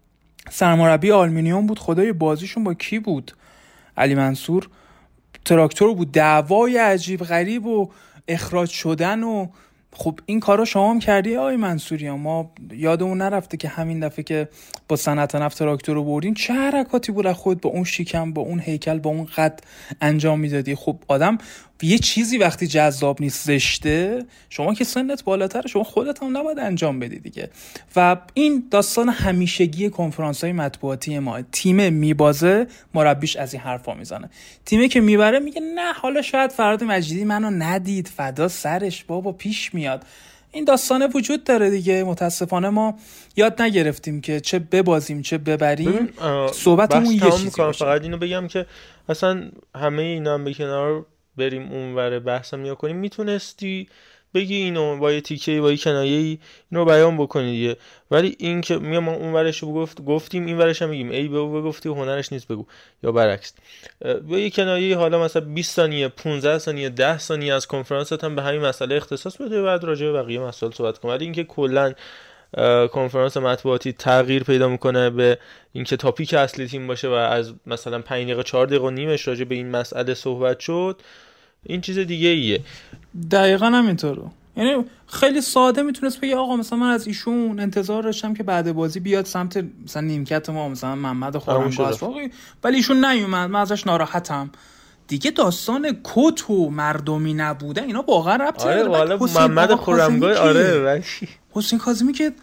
سرمربی آلومینیوم بود، خدای بازیشون با کی بود؟ علی منصور تراکتور بود، دعوای عجیب غریب و اخراج شدن و خب این کارا شما هم کردی آقای منصوریان. ما یادمون نرفته که همین دفعه که با صنعت نفت تراکتور رو بردین چه حرکاتی بود خود با اون شیکم با اون هیکل با اون قد انجام میدادی. خب آدم یه چیزی وقتی جذاب نیست زشته، شما که سنت بالاتره شما خودت هم نباید انجام بدی دیگه. و این داستان همیشگی کنفرانس‌های مطبوعاتی ما، تیم میبازه مربیش از این حرفا میزنه، تیمی که میبره میگه نه حالا شاید فرهاد مجیدی منو ندید فدا سرش بابا پیش میاد. این داستانه وجود داره دیگه. متاسفانه ما یاد نگرفتیم که چه ببازیم چه ببریم. صحبتمون یه چیزی باشه. فقط اینو بگم که اصلا همه اینا هم به کنار بریم اونور بحثم نیا کنیم. میتونستی بگی اینو با یه تیکه‌ای با یه کنایه‌ای اینو بیان بکنی دیگه، ولی این که میام اونورش رو گفت گفتیم اینورش هم میگیم ای بگو گفتی هنرش نیست بگو، یا برعکس. با یه کنایه‌ای حالا مثلا بیست ثانیه پانزده ثانیه ده ثانیه از کنفرانست هم به همین مسئله اختصاص بده، بعد راجع به بقیه مسائل صحبت کن. ولی اینکه کلا کنفرانس مطبوعاتی تغییر پیدا میکنه به اینکه تاپیک اصلی تیم باشه و از مثلا پنج دقیقه چهار دقیقه و نیمش راجع به این مسئله صحبت شد، این چیز دیگه ایه. دقیقاً همینطوره. یعنی خیلی ساده میتونست بگه آقا مثلا من از ایشون انتظار داشتم که بعد بازی بیاد سمت مثلا نیمکت ما مثلا محمد خرم‌گاه اسواقی، ولی ایشون نیومد، من ازش ناراحتم دیگه. داستان کت و مردمی نبوده اینا واقعا ربطی نداره. آره محمد خرم‌گاه آره ولی حسین کاظمی که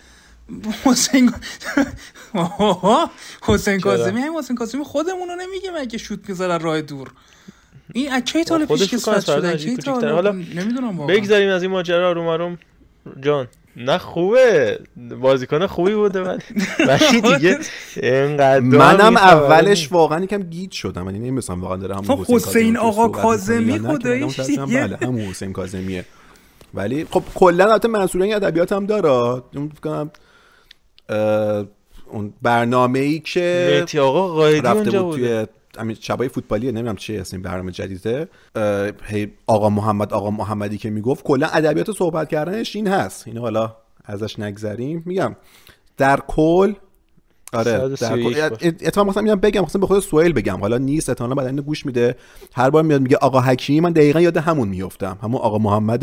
حسین حسین کاظمی همین حسین کاظمی خودمون رو نمیگه مگه شوت میذاره راه دور. این اکی تا پیش که صحبت شده اکی تا حالا نمیدونم واقعا. بگذاریم از این ماجرا رو مارم جان نه خوبه، بازیکن خوبی بوده ولی ولی دیگه اینقدر منم اولش واقعا یکم گیج شدم، یعنی نمی‌دونم واقعا داره همون حسین آقا کاظمی خداییش دیگه بله همون حسین کاظمیه. ولی خب کلا البته منصوریان ادبیات هم داره، اون فکر کنم اون برنامه‌ای که مهدی آقا قائدی اونجا بود توی همین شبای فوتبالیه، نمیدونم چیه اسم برنامه جدیده، هی آقا محمد آقا محمدی که میگفت کلا ادبیات صحبت کردنش این هست. اینو حالا ازش نگذریم. میگم در کل آره در کل اتفاقا مثلا میگم بگم مثلا به خود سوئیل بگم حالا نیست، اتفاقا بعد اینو گوش میده، هر بار میاد میگه آقا حکیمی، من دقیقاً یاد همون میافتم، همون آقا محمد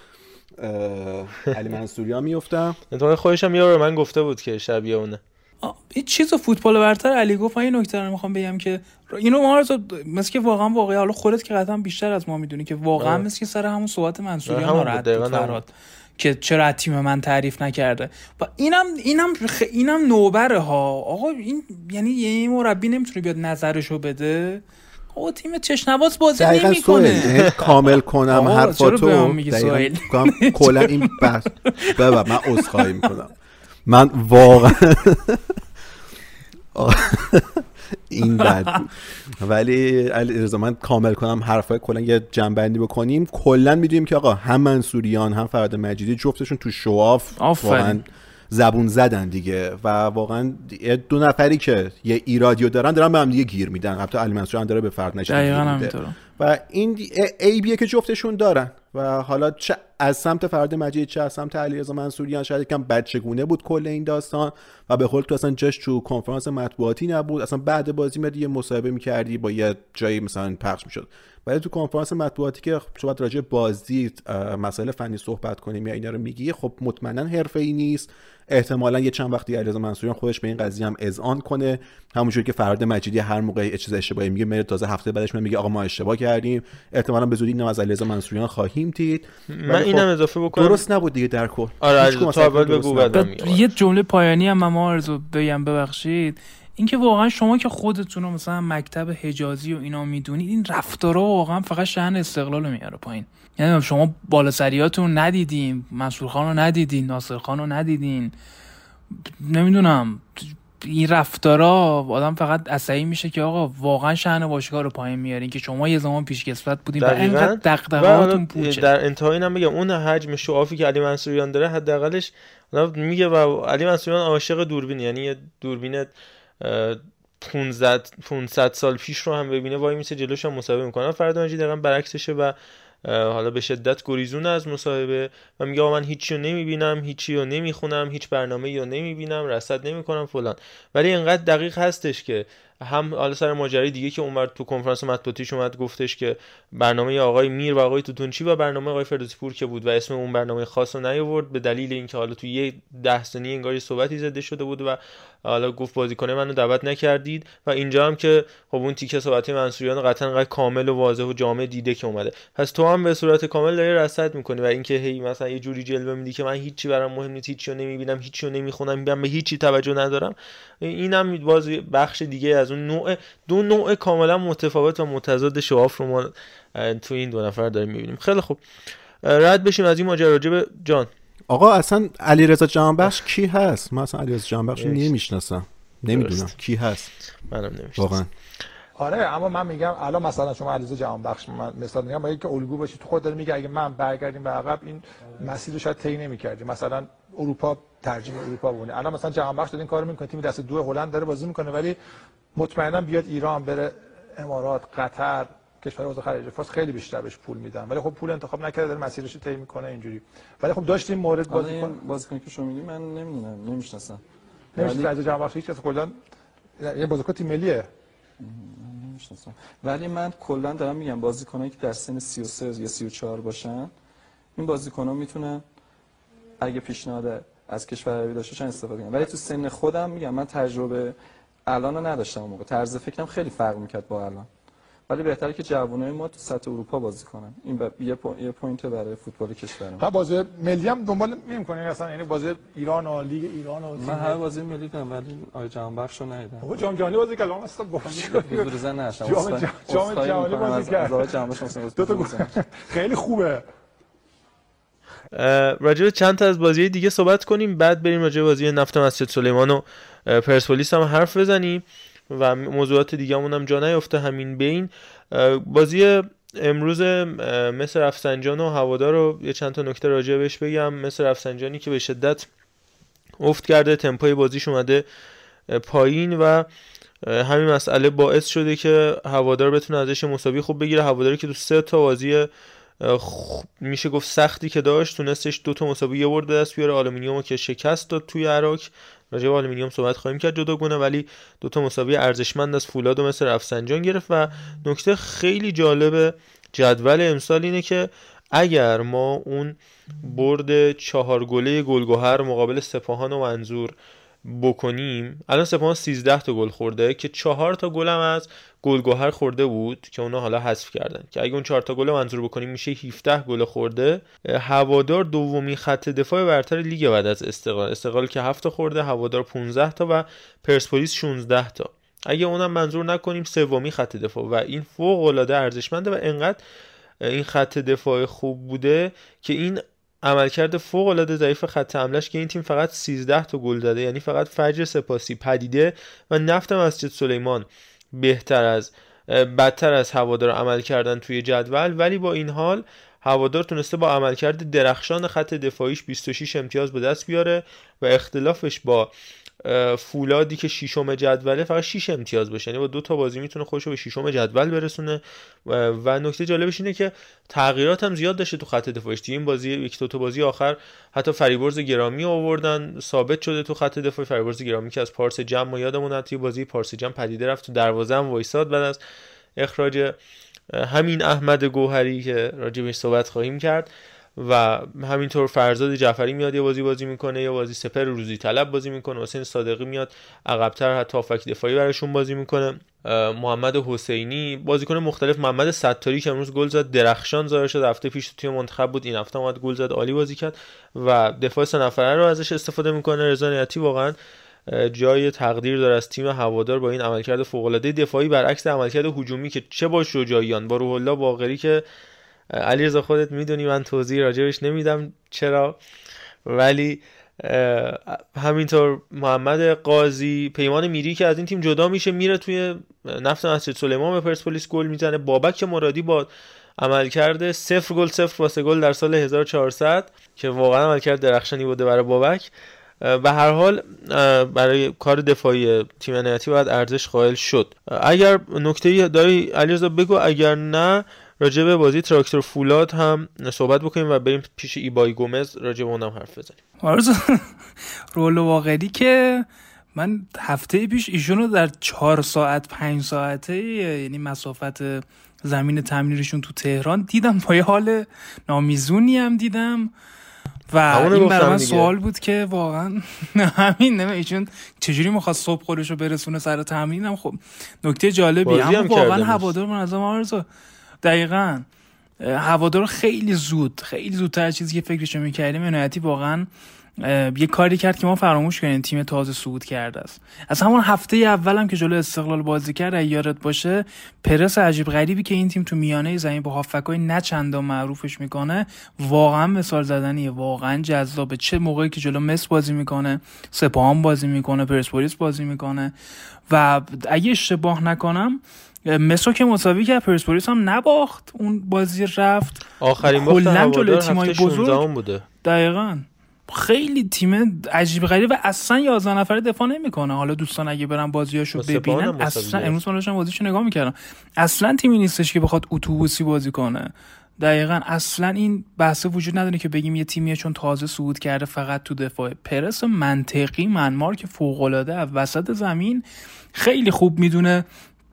علی منصوریان میافتم. اتفاقا خودش هم یه من گفته بود که شبیه اونه. این چیزو فوتبال برتر علی گفت. این نکته رو میخوام بگم که اینو ما رو مثل که واقعا واقعا حالا خودت که قطعا بیشتر از ما میدونی که واقعا مثل که سر همون صحبت منصوریان ناراحت بود فرهاد که چرا از تیم من تعریف نکرده. و اینم اینم خ... اینم نوبره ها آقا. این یعنی یه مربی نمیتونه بیاد نظرشو بده. آقا تیم چشنواز بازی نمیکنه. کامل کنم حرفاتو دقیقاً کلا این بحث بابا من عذرخواهی میکنم. من واقعا این بد ولی علیرضا من کامل کنم حرفای کلا یه جنبندی بکنیم. کلا میدونیم که آقا هم منصوریان هم فرهاد مجیدی جفتشون تو شواف واقعا زبون زدن دیگه و واقعا دو نفری که یه ایرادیو دارن دارن به هم دیگه گیر میدن. البته علی منصوریان داره به فرد نشید و این عیبیه که جفتشون دارن و حالا چه از سمت فرهاد مجید چه از سمت علیرضا منصوریان شاید یکم بچگونه بود کل این داستان و به قول تو اصلا جاش تو کنفرانس مطبوعاتی نبود. اصلا بعد بازی میاد یه مصاحبه می‌کردی با یه جایی مثلا پخش می‌شد، ولی تو کنفرانس مطبوعاتی که صحبت راجع بازی مسائل فنی صحبت کنیم یا اینا رو میگی خب مطمئنا حرفه‌ای نیست. احتمالاً یه چند وقتی علیرضا منصوریان خودش به این قضیه هم اذعان کنه، همونجوری که فرهاد مجیدی هر موقع یه چیز اشتباهی میگه میره تازه هفته بعدش میگه آقا ما اشتباه کردیم. احتمالاً به زودی اینو از علیرضا منصوریان خواهیم دید. من اینم اضافه بکنم درست نبود دیگه در کل. آره تو اول بگو بعد یه جمله پایانی هم ما آرزو بگم ببخشید، اینکه واقعا شما که خودتون رو مثلا مکتب حجازی و اینا میدونید این رفتارا واقعا فقط شأن استقلال رو میاره پایین. یعنی شما بالاسریاتون ندیدین، منصور خان رو ندیدین، ناصر خان رو ندیدین، نمیدونم این رفتارا آدم فقط عصبی میشه که آقا واقعا شأن باشگاه رو پایین میارین که شما یه زمان پیشکسوت بودین و اینقدر دغدغه‌هاتون پوچه. در انتهای اینم بگم اون حجم شعافی که علی منصوریان داره حداقلش میگه و علی منصوریان عاشق دوربین، یعنی یه دوربین پانصد سال پیش رو هم ببینه وای میسه جلوش هم مصاحبه میکنه. فرهاد مجیدی دقیقاً برعکسشه و حالا به شدت گریزونه از مصاحبه و میگه من هیچی رو نمیبینم، هیچی رو نمیخونم، هیچ برنامه‌ای رو نمیبینم، رصد نمیکنم فلان. ولی اینقدر دقیق هستش که هم حالا سر ماجرای دیگه که اونور تو کنفرانس مطبوعاتیش اومد گفتش که برنامه آقای میر و آقای توتونچی و برنامه آقای فردوسی پور که بود و اسم اون برنامه خاص رو نیاورد به دلیل اینکه حالا تو یه ده ثانیه انگار یه صحبتی زده شده بود و حالا گفت بازیکن منو دعوت نکردید و اینجا هم که خب اون تیکه صحبتی منصوریان قطعا انقدر کامل و واضح و جامع دیده که اومده. پس تو هم به صورت کامل داری رصد میکنی و اینکه هی مثلا یه جوری جلوه میدی که من هیچی برام مهم نیست، هیچی رو نمیبینم، هیچی رو نمیخونم، میگم به هیچی توجه ندارم. اینم باز بخش دیگه از اون نوع دو نوع کاملا متفاوت و متضاد شواف رو ما تو این دو نفر داریم میبینیم. خیلی خوب رد بشیم از این ماجرا. راجع به جان آقا اصلا علیرضا جهانبخش کی هست؟ من اصلا علیرضا جهانبخش رو نمیشناسم، نمیدونم کی هست. منم نمیشناسم واقعا. آره اما من میگم الان مثلا شما علیرضا جهانبخش من مثلا میگم باید که الگو باشی. تو خود داری میگه اگه من برگردیم به عقب این مسیر رو شاید طی نمی‌کردیم، مثلا اروپا ترجیح اروپا بونه. الان مثلا جهانبخش داره این کارو میکنه، تیم دست دو هلند داره بازی میکنه، ولی مطمئنا بیاد ایران بره امارات قطر کشور عضو خلیج فارس خیلی بیشتر بهش پول میدن، ولی خب پول انتخاب نکرده داره مسیرش رو طی میکنه اینجوری. ولی خب داشتیم مورد بازیکن بازیکن که شما میگی من نمیدونم نمیشناسم. نمیشه از جهانبخش هیچ کس کلا یه بازیکن تیم ملیه نمیشناسم. ولی من کلا دارم میگم بازیکنایی که در سن سی و سه یا سی و چهار باشن این بازیکن‌ها میتونن اگه پیشنهاد از کشور عربی داشته باشن استفاده کنن. ولی تو سن خودم میگم من تجربه الانو نداشتم، اون موقع طرز فکرم خیلی فرق میکرد با الان. ولی بهتره که جوانای ما تو سطح اروپا بازی کنن. این ب... یه, پو... یه پوینت برای فوتبال کشورمون. تا بازی ملی هم دنبال نمی‌کنین اصلا، یعنی بازی ایران و لیگ ایران و من هر بازی ملی دیدم ولی آی جهانبخش رو ندیدم. بابا جام جهانی بازی کردم اصلا گفتم حضور زن نشم. جام جهانی بازی کرد. از جام جهانی دو تا خیلی خوبه. راجع به چند تا از بازی دیگه صحبت کنیم، بعد بریم راجع به بازی نفت مسجد سلیمان و پرسپولیس هم حرف بزنیم و موضوعات دیگه‌مون هم جا نیفته همین بین. بازی امروز مصر رفسنجان و هوادار رو یه چند تا نکته راجع بهش بگم. مصر رفسنجانی که به شدت افت کرده، تمپوی بازیش اومده پایین و همین مسئله باعث شده که هوادار بتونه ازش مساوی خوب بگیره. هواداری که تو سه تا بازی میشه گفت سختی که داشت تونستش دو تا مساوی یه برد به دست بیاره. آلومینیومو که شکست داد توی عراق، راجع به آلومینیوم صحبت خواهیم کرد جداگونه، ولی دو تا مساوی ارزشمند از فولاد و مصر رفسنجان گرفت. و نکته خیلی جالب جدول امسال اینه که اگر ما اون برد چهار گله گلگهر مقابل سپاهان و منظور بکنیم، الان سپاهان سیزده تا گل خورده که چهار تا گل هم از گلگهر خورده بود که اونا حالا حذف کردن، که اگه اون چهار تا گل منظور بکنیم میشه هفده گل خورده. هوادار دومین خط دفاع برتر لیگ بعد از استقلال، استقلال که هفت تا خورده، هوادار پانزده تا و پرسپولیس شانزده تا. اگه اونم منظور نکنیم سومی خط دفاع و این فوق العاده ارزشمنده و انقدر این خط دفاع خوب بوده که این عملکرد فوق العاده ضعیف خط حملهش که این تیم فقط سیزده تا گل داده، یعنی فقط فجر سپاسی، پدیده و نفت مسجد سلیمان بهتر از بدتر از هوادار عمل کردن توی جدول، ولی با این حال هوادار تونسته با عملکرد درخشان خط دفاعیش بیست و شش امتیاز به دست بیاره و اختلافش با فولادی که ششم جدوله فقط شش امتیاز بشه، یعنی با دو تا بازی میتونه خودش رو به ششم جدول برسونه. و, و نکته جالبش اینه که تغییرات هم زیاد داشته تو خط دفاعش. این بازی یک دو تا بازی آخر حتی فریبرز گرامی آوردن، ثابت شده تو خط دفاع. فریبرز گرامی که از پارس جم ما یادمون حتی بازی پارس جم پدیده رفت تو دروازه هم وایساد بعد از اخراج همین احمد گوهری که راجع بهش صحبت خواهیم کرد. و همینطور فرزاد جعفری میاد یه بازی بازی میکنه، یه بازی سپر روزی طلب بازی میکنه، حسین صادقی میاد عقب‌تر حتی هافک دفاعی براشون بازی میکنه، محمد حسینی، بازیکن مختلف، محمد ستاری که امروز گل زد درخشان ظاهر شد، هفته پیش توی منتخب بود، این هفته اومد گل زد، عالی بازی کرد و دفاع سه نفره رو ازش استفاده میکنه. رضا نیتی واقعا جای تقدیر داره از تیم هوادار با این عملکرد فوق العاده دفاعی برعکس عملکرد هجومی که چه با شجاعیان با روح الله باقری که علیرضا خودت میدونی من توضیح راجبش نمیدم چرا، ولی همینطور محمد قاضی، پیمان میری که از این تیم جدا میشه میره توی نفت مسجد سلیمان به پرسپولیس گل میزنه، بابک مرادی با عملکرد صفر گل صفر واسه گل در سال هزار و چهارصد که واقعا عملکرد درخشانی بوده برای بابک. به هر حال برای کار دفاعی تیم عنایتی باید ارزش قائل شد. اگر نکته‌ای داری علیرضا بگو، اگر نه راجع به بازی تراکتور فولاد هم صحبت بکنیم و بریم پیش ایبای گومز راجع به اونم حرف بزنیم. آرزو رول واقعی که من هفته پیش ایشونو در چهار ساعت پنج ساعته یعنی مسافت زمین تمرینشون تو تهران دیدم، با یه حال نامیزونی هم دیدم و این برای من سوال بود که واقعا همین نمه ایشون چجوری میخواست صبح خودشو برسونه سر تمرینم. خب نکته جالبی، اما واقعا هوادار من از آرزو دقیقاً هوادار خیلی زود خیلی زودتر چیزی که فکرشو میکردیم عنایتی واقعا یه کاری کرد که ما فراموش کنیم تیم تازه صعود کرده است. از همون هفته اولم که جلو استقلال بازی کرد یادت باشه، پرس عجیب غریبی که این تیم تو میانه زمین با هافکای نه چندان معروفش میکنه واقعا مثال زدنیه، واقعا جذابه. چه موقعی که جلو مس بازی میکنه، سپاهان بازی میکنه، پرسپولیس بازی میکنه و اگه اشتباه نکنم مسو که مساوی کرد، پرسپولیس هم نباخت، اون بازی رفت آخرین باخت هوادار هفته شانزده بوده. دقیقاً خیلی تیم عجیب غریبه و اصلا یازده نفره دفاع نمیکنه. حالا دوستان اگه برن بازیاشو ببینن، اصلا امروز من داشتم بازیشو نگاه میکردم، اصلا تیمی نیستش که بخواد اتوبوسی بازی کنه. دقیقاً اصلا این بحث وجود نداره که بگیم یه تیمیه چون تازه صعود کرده فقط تو دفاع. پرس منطقی منمار که فوق العاده وسط زمین خیلی خوب میدونه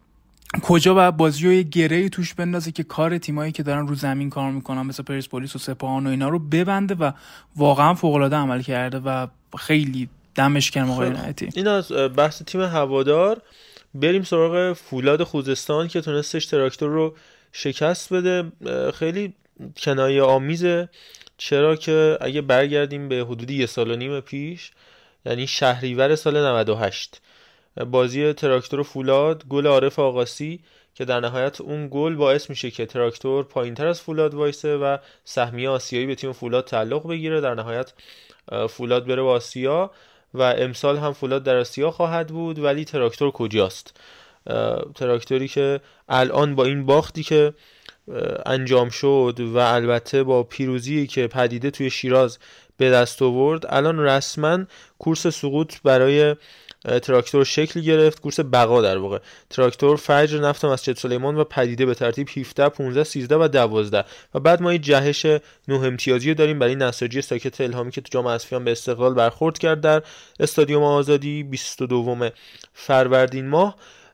کجا باید بازی رو یه گرهی توش بندازه که کار تیمایی که دارن رو زمین کار میکنن مثل پرسپولیس و سپاهان و اینا رو ببنده و واقعا فوق العاده عمل کرده و خیلی دمش گرم آقای عنایتی. این از بحث تیم هوادار. بریم سراغ فولاد خوزستان که تونستش تراکتور رو شکست بده. خیلی کنایه آمیزه، چرا که اگه برگردیم به حدود یه سال و نیم پیش، یعنی شهریور سال نود و هشت، بازی تراکتور و فولاد، گل عارف آقاسی که در نهایت اون گل باعث میشه که تراکتور پایینتر از فولاد وایسه و سهمیه آسیایی به تیم فولاد تعلق بگیره. در نهایت فولاد بره با آسیا و امسال هم فولاد در آسیا خواهد بود، ولی تراکتور کجاست؟ تراکتوری که الان با این باختی که انجام شد و البته با پیروزی که پدیده توی شیراز به دست آورد، الان رسما کورس سقوط برای تراکتور شکل گرفت، کورس بقا در واقع. تراکتور، فجر، نفت مسجد سلیمان و پدیده به ترتیب هفده، پانزده، سیزده و دوازده و بعد ما یه جهش نه امتیازی داریم برای نساجی ساکت الهامی که تو جام اسفیان به استقلال برخورد کرد در استادیوم آزادی بیست و دو فروردین ماه،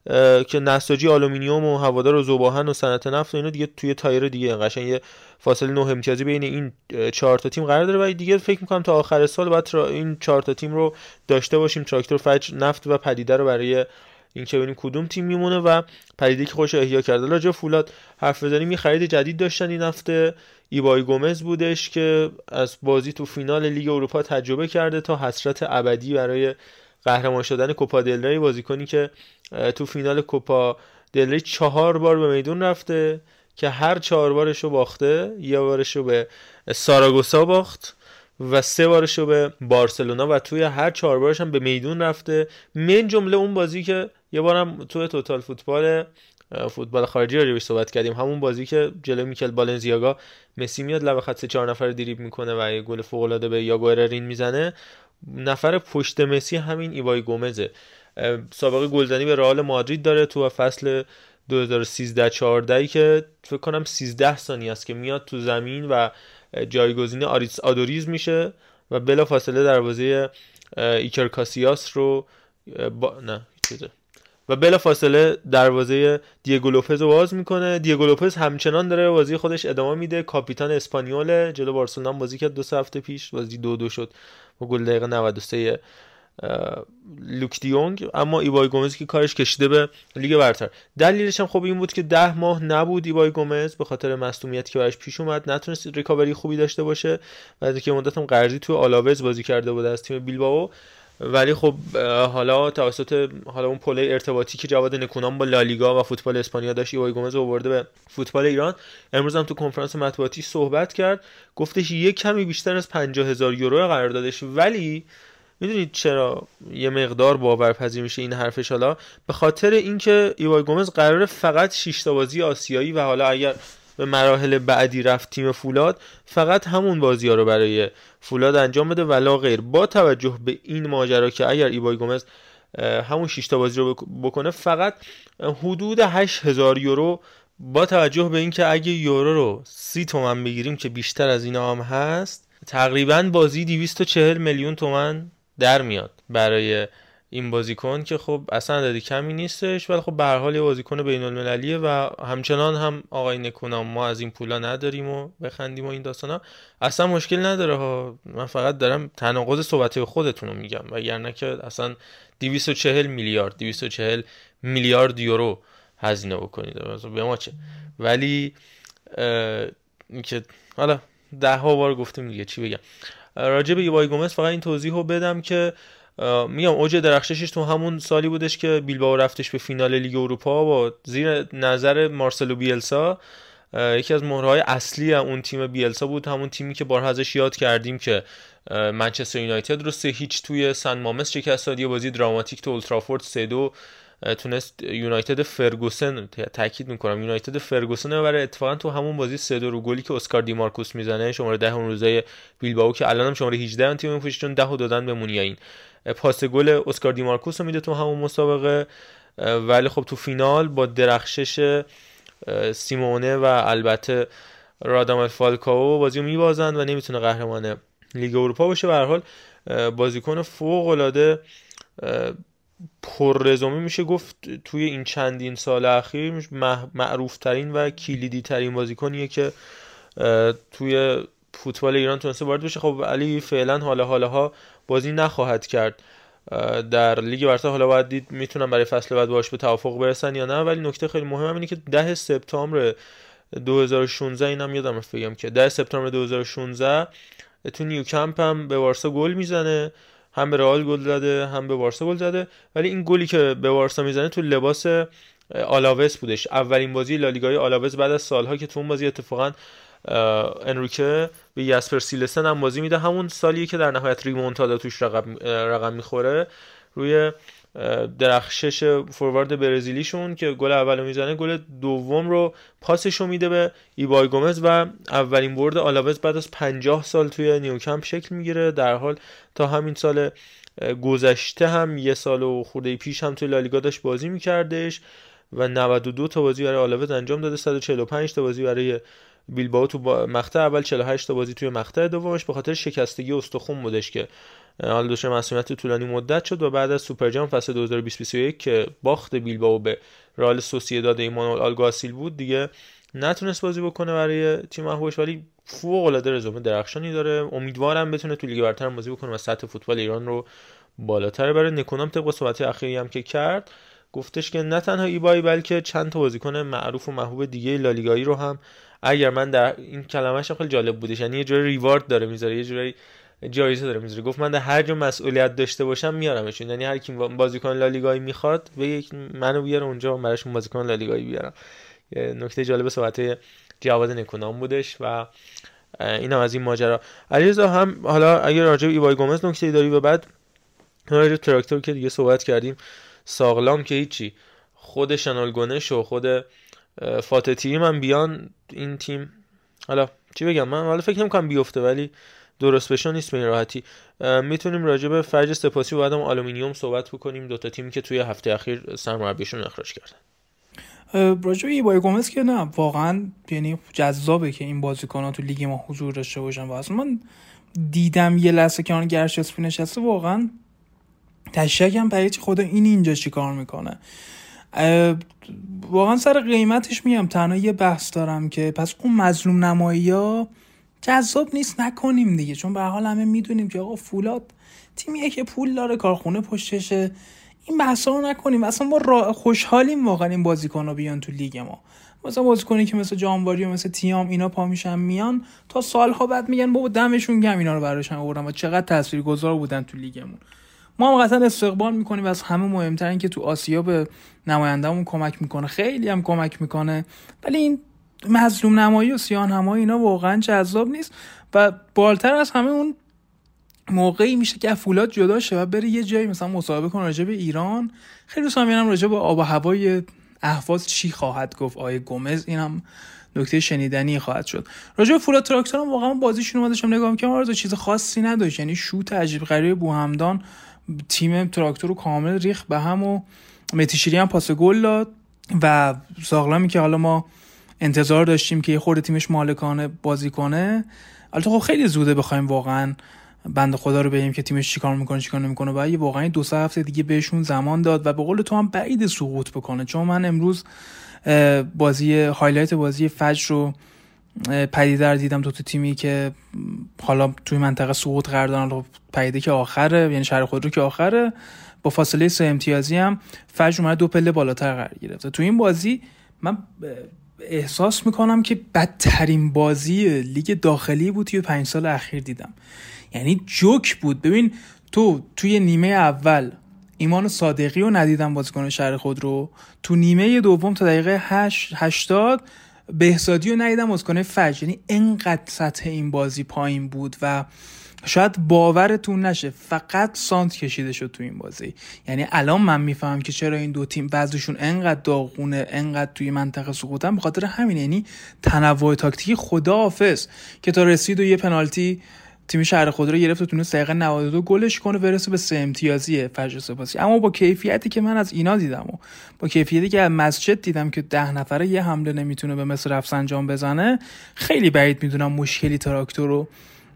که نساجی آلومینیوم و هوادار و ذوب‌آهن و صنعت نفت و اینا دیگه توی تایر دیگه قشنگ یه فاصله نه امتیازی بین این چهار تا تیم قرار داره و دیگه فکر می‌کنم تا آخر سال بعد این چهار تا تیم رو داشته باشیم، تراکتور، فجر، نفت و پدیده رو، برای اینکه ببینیم کدوم تیم میمونه و پدیده که خوش احیا کرده. راجع فولاد حرف بزنیم، یه خرید جدید داشتن این هفته، ایبای گومز بودش که از بازی تو فینال لیگ اروپا تجربه کرده تا حسرت ابدی برای قهرمان شدن کوپا دل ری، بازیکنی که تو فینال کوپا دل ری چهار بار به میدون رفته که هر چهار بارشو باخته، یه بارشو به ساراگوسا باخت و سه بارشو به بارسلونا و توی هر چهار بارش هم به میدون رفته، من جمله اون بازی که یه بارم توی توتال فوتبال فوتبال خارجی راجعش صحبت کردیم، همون بازی که جلوی میکل بالنزیاگا مسی میاد لبه خط سه چهار نفر دریبل میکنه و یه گل فوق العاده به یاگو اررین میزنه، نفر پشت مسی همین ایبای گومزه. سابقه گلزنی به رئال مادرید داره تو فصل دو هزار و سیزده چهارده که فکر کنم سیزده ثانیه است که میاد تو زمین و جایگزین آریس آدوریز میشه و بلا فاصله دروازه ایکر کاسیاس رو با... نه چیزه و بلا فاصله دروازه دیگو لوپز رو باز میکنه. دیگو لوپز همچنان داره بازی خودش ادامه میده، کاپیتان اسپانیول، جلو بارسلونا بازی کرد دو سه هفته پیش، بازی دو دو شد با گل دقیقه نود و سه لوک دیونگ. اما ایبای گومز که کارش کشیده به لیگ برتر. دلیلش هم خب این بود که ده ماه نبود ایبای گومز به خاطر مصونیتی که براش پیش اومد، نتونست ریکاوری خوبی داشته باشه و از اینکه مدت هم قرضی تو آلاوز بازی کرده بود از تیم بیلبائو، ولی خب حالا توسط حالا اون پله ارتباطی که جواد نکونام با لالیگا و فوتبال اسپانیا داشت، ایبای گومز آورده به فوتبال ایران. امروز هم تو کنفرانس مطبوعاتی صحبت کرد، گفتش یک کمی بیشتر از پنجاه هزار یورو قراردادش، ولی میدونید چرا یه مقدار باورپذیر میشه این حرفش؟ حالا به خاطر اینکه ایبای گومز قراره فقط شش تا بازی آسیایی و حالا اگر به مراحل بعدی رفت تیم فولاد فقط همون بازی‌ها رو برای فولاد انجام بده ولا غیر. با توجه به این ماجرا که اگر ایبای گومز همون شش تا بازی رو بکنه فقط حدود هشت هزار یورو، با توجه به اینکه اگه یورو رو سی تومن بگیریم که بیشتر از اینا هم هست، تقریبا بازی دویست و چهل میلیون تومن در میاد برای این بازیکن که خب اصلا عددی کمی نیستش، ولی خب به هر حال یه بازیکن بین‌المللیه و همچنان هم آقای نکونام ما از این پولا نداریم و بخندیم و این داستانا، اصلا مشکل نداره ها. من فقط دارم تناقض صحبت خودتون رو میگم، وگرنه که اصلا دویست و چهل میلیارد دویست و چهل میلیارد یورو هزینه بکنید به ما چه. ولی که حالا ده ها بار گفتیم دیگه، چی بگم راجع به ایبای گومز؟ فقط این توضیح رو بدم که میگم اوج درخششش تو همون سالی بودش که بیلبائو رفتش به فینال لیگ اروپا با زیر نظر مارسلو بیلسا، یکی از مهرهای اصلی اون تیم بیلسا بود، همون تیمی که بارها ازش یاد کردیم که منچستر یونایتد رو سه هیچ توی سن مامس شکست داد، یه بازی دراماتیک تو اولترافورد سه دو تونست یونایتد فرگوسن، تاکید میکنم یونایتد فرگوسن ببره. اتفاقا تو همون بازی سه دو رو گلی که اسکار دیمارکوس میزنه، شماره ده اون روزای بیلبائو که الانم شماره هجده اون تیم میپوشه چون ده دادن به مونیاین، پاس گل اسکار دیمارکوس رو میده تو همون مسابقه. ولی خب تو فینال با درخشش سیمونه و البته رادامل فالکاو بازی رو میبازن و نمیتونه قهرمان لیگ اروپا باشه. به هر حال بازیکن فوق العاده پر رزومه میشه گفت توی این چندین سال اخیر، معروف ترین و کلیدی ترین بازیکنیه که توی فوتبال ایران تونسته وارد بشه. خب علی فعلا حالا حالاها بازی نخواهد کرد در لیگ برتر، حالا باید دید میتونن برای فصل بعد باهاش به توافق برسن یا نه. ولی نکته خیلی مهم اینه که ده سپتامبر دو هزار و شانزده، اینم یادم رفت بگم که ده سپتامبر دو هزار و شانزده تو نیوکمپ هم به بارسا گل میزنه، هم به رئال گل زده هم به بارسا گل زده. ولی این گلی که به بارسا میزنه تو لباس آلاوز بودش. اولین بازی لالیگای آلاوز بعد از سالها که تو اون بازی اتفاقا انریکه به یاسپر سیلسن هم بازی میده، همون سالیه که در نهایت ریمونتادا توش رقم رقم میخوره روی درخشش فوروارد برزیلیشون که گل اولو میزنه، گل دوم رو پاسشو میده به ایبای گومز و اولین برد آلاوز بعد از پنجاه سال توی نیوکمپ شکل میگیره. در حال تا همین سال گذشته هم یه سال و خورده پیش هم توی لالیگا داشت بازی میکردش و نود و دو تا بازی برای آلاوز انجام داده، صد و چهل و پنج تا بازی برای بیلبائو تو مقطع اول، چهل و هشت تا بازی توی مقطع دومش به خاطر شکستگی استخوان بودش که حالا دچار مسئولیت طولانی مدت شد و بعد از سوپر جام فصل دو هزار و بیست بیست و یک که باخت بیلبائو به رئال سوسییداد ایمانوئل آلگاسیل بود دیگه نتونست بازی بکنه برای تیم محبوبش، ولی فوق العاده رزومه درخشانی داره. امیدوارم بتونه تو لیگ برتر بازی بکنه و سطح فوتبال ایران رو بالاتر بره. نکونام طبق صحبت اخیری هم که کرد گفتش که نه تنها ایبای بلکه چند تا بازیکن معروف و محبوب دیگه لالیگایی رو هم، اگر من در این کلمه‌اش خیلی جالب بودش، یعنی یه جوری ریوارد داره میذاره، یه جوری جایزه داره میذاره. گفت من در هر جا مسئولیت داشته باشم میارمشون، یعنی هر کی بازیکن لالیگایی میخواد بگه منو بیاره اونجا براشون بازیکن لالیگایی بیارم. نکته جالب صحبت جواد نکونام بودش و اینم از این ماجرا. علیرضا هم حالا اگر راجع به ایبای گومز نکته داری و بعد راجع به تراکتور که دیگه صحبت کردیم، ساغلام که هیچی، خود شنال گونش و خود فاتح تیم هم بیان این تیم، حالا چی بگم، من حالا فکر نمی‌کنم بیفته ولی درست بشه نیست به این راحتی. میتونیم راجع به فرج سپاسی و بعدم آلومینیوم صحبت بکنیم، دو تا تیمی که توی هفته اخیر سرمربیشون اخراج کردن. راجع به ایبای گومز که نه واقعا یعنی جذابه که این بازیکن‌ها تو لیگ ما حضور داشته باشن و اصلا من دیدم یه لحظه که اون گرشاسپی نشسته واقعا تشکم پریچ خدا این اینجا چیکار میکنه. واقعا سر قیمتش میام تنها یه بحث دارم که پس اون مظلوم نمایی‌ها جذاب نیست نکنیم دیگه، چون به هر حال همه میدونیم که آقا فولاد تیمیه که پول داره، کارخونه پشتشه، این بحثا رو نکنیم. اصلا ما را خوشحالیم واقعا این بازیکن‌ها بیان تو لیگ ما، مثلا بازیکنی که مثل جانواری و مثل تیام اینا پا میشن میان تا سالها بعد میگن بابا دمشون گرم اینا رو براشون آوردن و چقدر تاثیرگذار بودن تو لیگمون. ما هم قطعا استقبال میکنیم و از همه مهمتر این که تو آسیا به نماینده‌مون کمک میکنه، خیلی هم کمک میکنه، ولی این مظلوم نمایی و سیاه نمایی اینا واقعا جذاب نیست و بالاتر از همه اون موقعی میشه که فولاد جدا شه و بره یه جایی مثلا مصاحبه کنه راجع به ایران. خیلی دوست دارم راجع به آب و هوای اهواز چی خواهد گفت آیه گومز، اینم نکته شنیدنی خواهد شد. راجع به فولاد تراکتور هم واقعا بازیشون اومدشم نگاه می‌کردم آرزو چیز خاصی نداشت، یعنی شوت عجیب غریب بوهمدان تیم تراکتور رو کامل ریخت به هم و متیشیری هم پاس گل داد و ساغلامی که حالا ما انتظار داشتیم که یه خورده تیمش مالکانه بازی کنه، البته خب خیلی زوده بخوایم واقعا بنده خدا رو بگیم که تیمش چیکار میکنه چیکار نمیکنه و یه واقعا دو سه هفته دیگه بهشون زمان داد و به قول تو هم بعید سقوط بکنه. چون من امروز بازی هایلایت بازی فجر رو پدیدار دیدم، دو تا تیمی که حالا توی منطقه سقوط قرار دارن، پدیده که آخره یعنی شهر خودرو که آخره با فاصله سه امتیازی هم فجر اومد دو پله بالاتر قرار گرفته. تو این بازی من احساس میکنم که بدترین بازی لیگ داخلی بود توی پنج سال اخیر دیدم، یعنی جوک بود. ببین تو توی نیمه اول ایمان صادقی رو ندیدم بازیکن شهر خودرو، تو نیمه دوم تا دقیقه هشتاد بهزادی رو ندیدم بازیکن فجر، یعنی انقدر سطح این بازی پایین بود و شاید باورتون نشه فقط سانت کشیده شد تو این بازی. یعنی الان من میفهمم که چرا این دو تیم وضعشون انقدر داغونه، انقدر توی منطقه سقوطن، به خاطر همین. یعنی تنوع تاکتیکی خداحافظ که تا رسید و یه پنالتی تیم شهر خودرو گرفت و تونست دقیقه نود و دو گلش کنه برسه به سه امتیازی فجر سپاسی. اما با کیفیتی که من از اینا دیدم و با کیفیتی که از مسجد دیدم که ده نفره یه حمله نمیتونه به مثل رفسنجان بزنه، خیلی بعید میدونم مشکلی تراکتور رو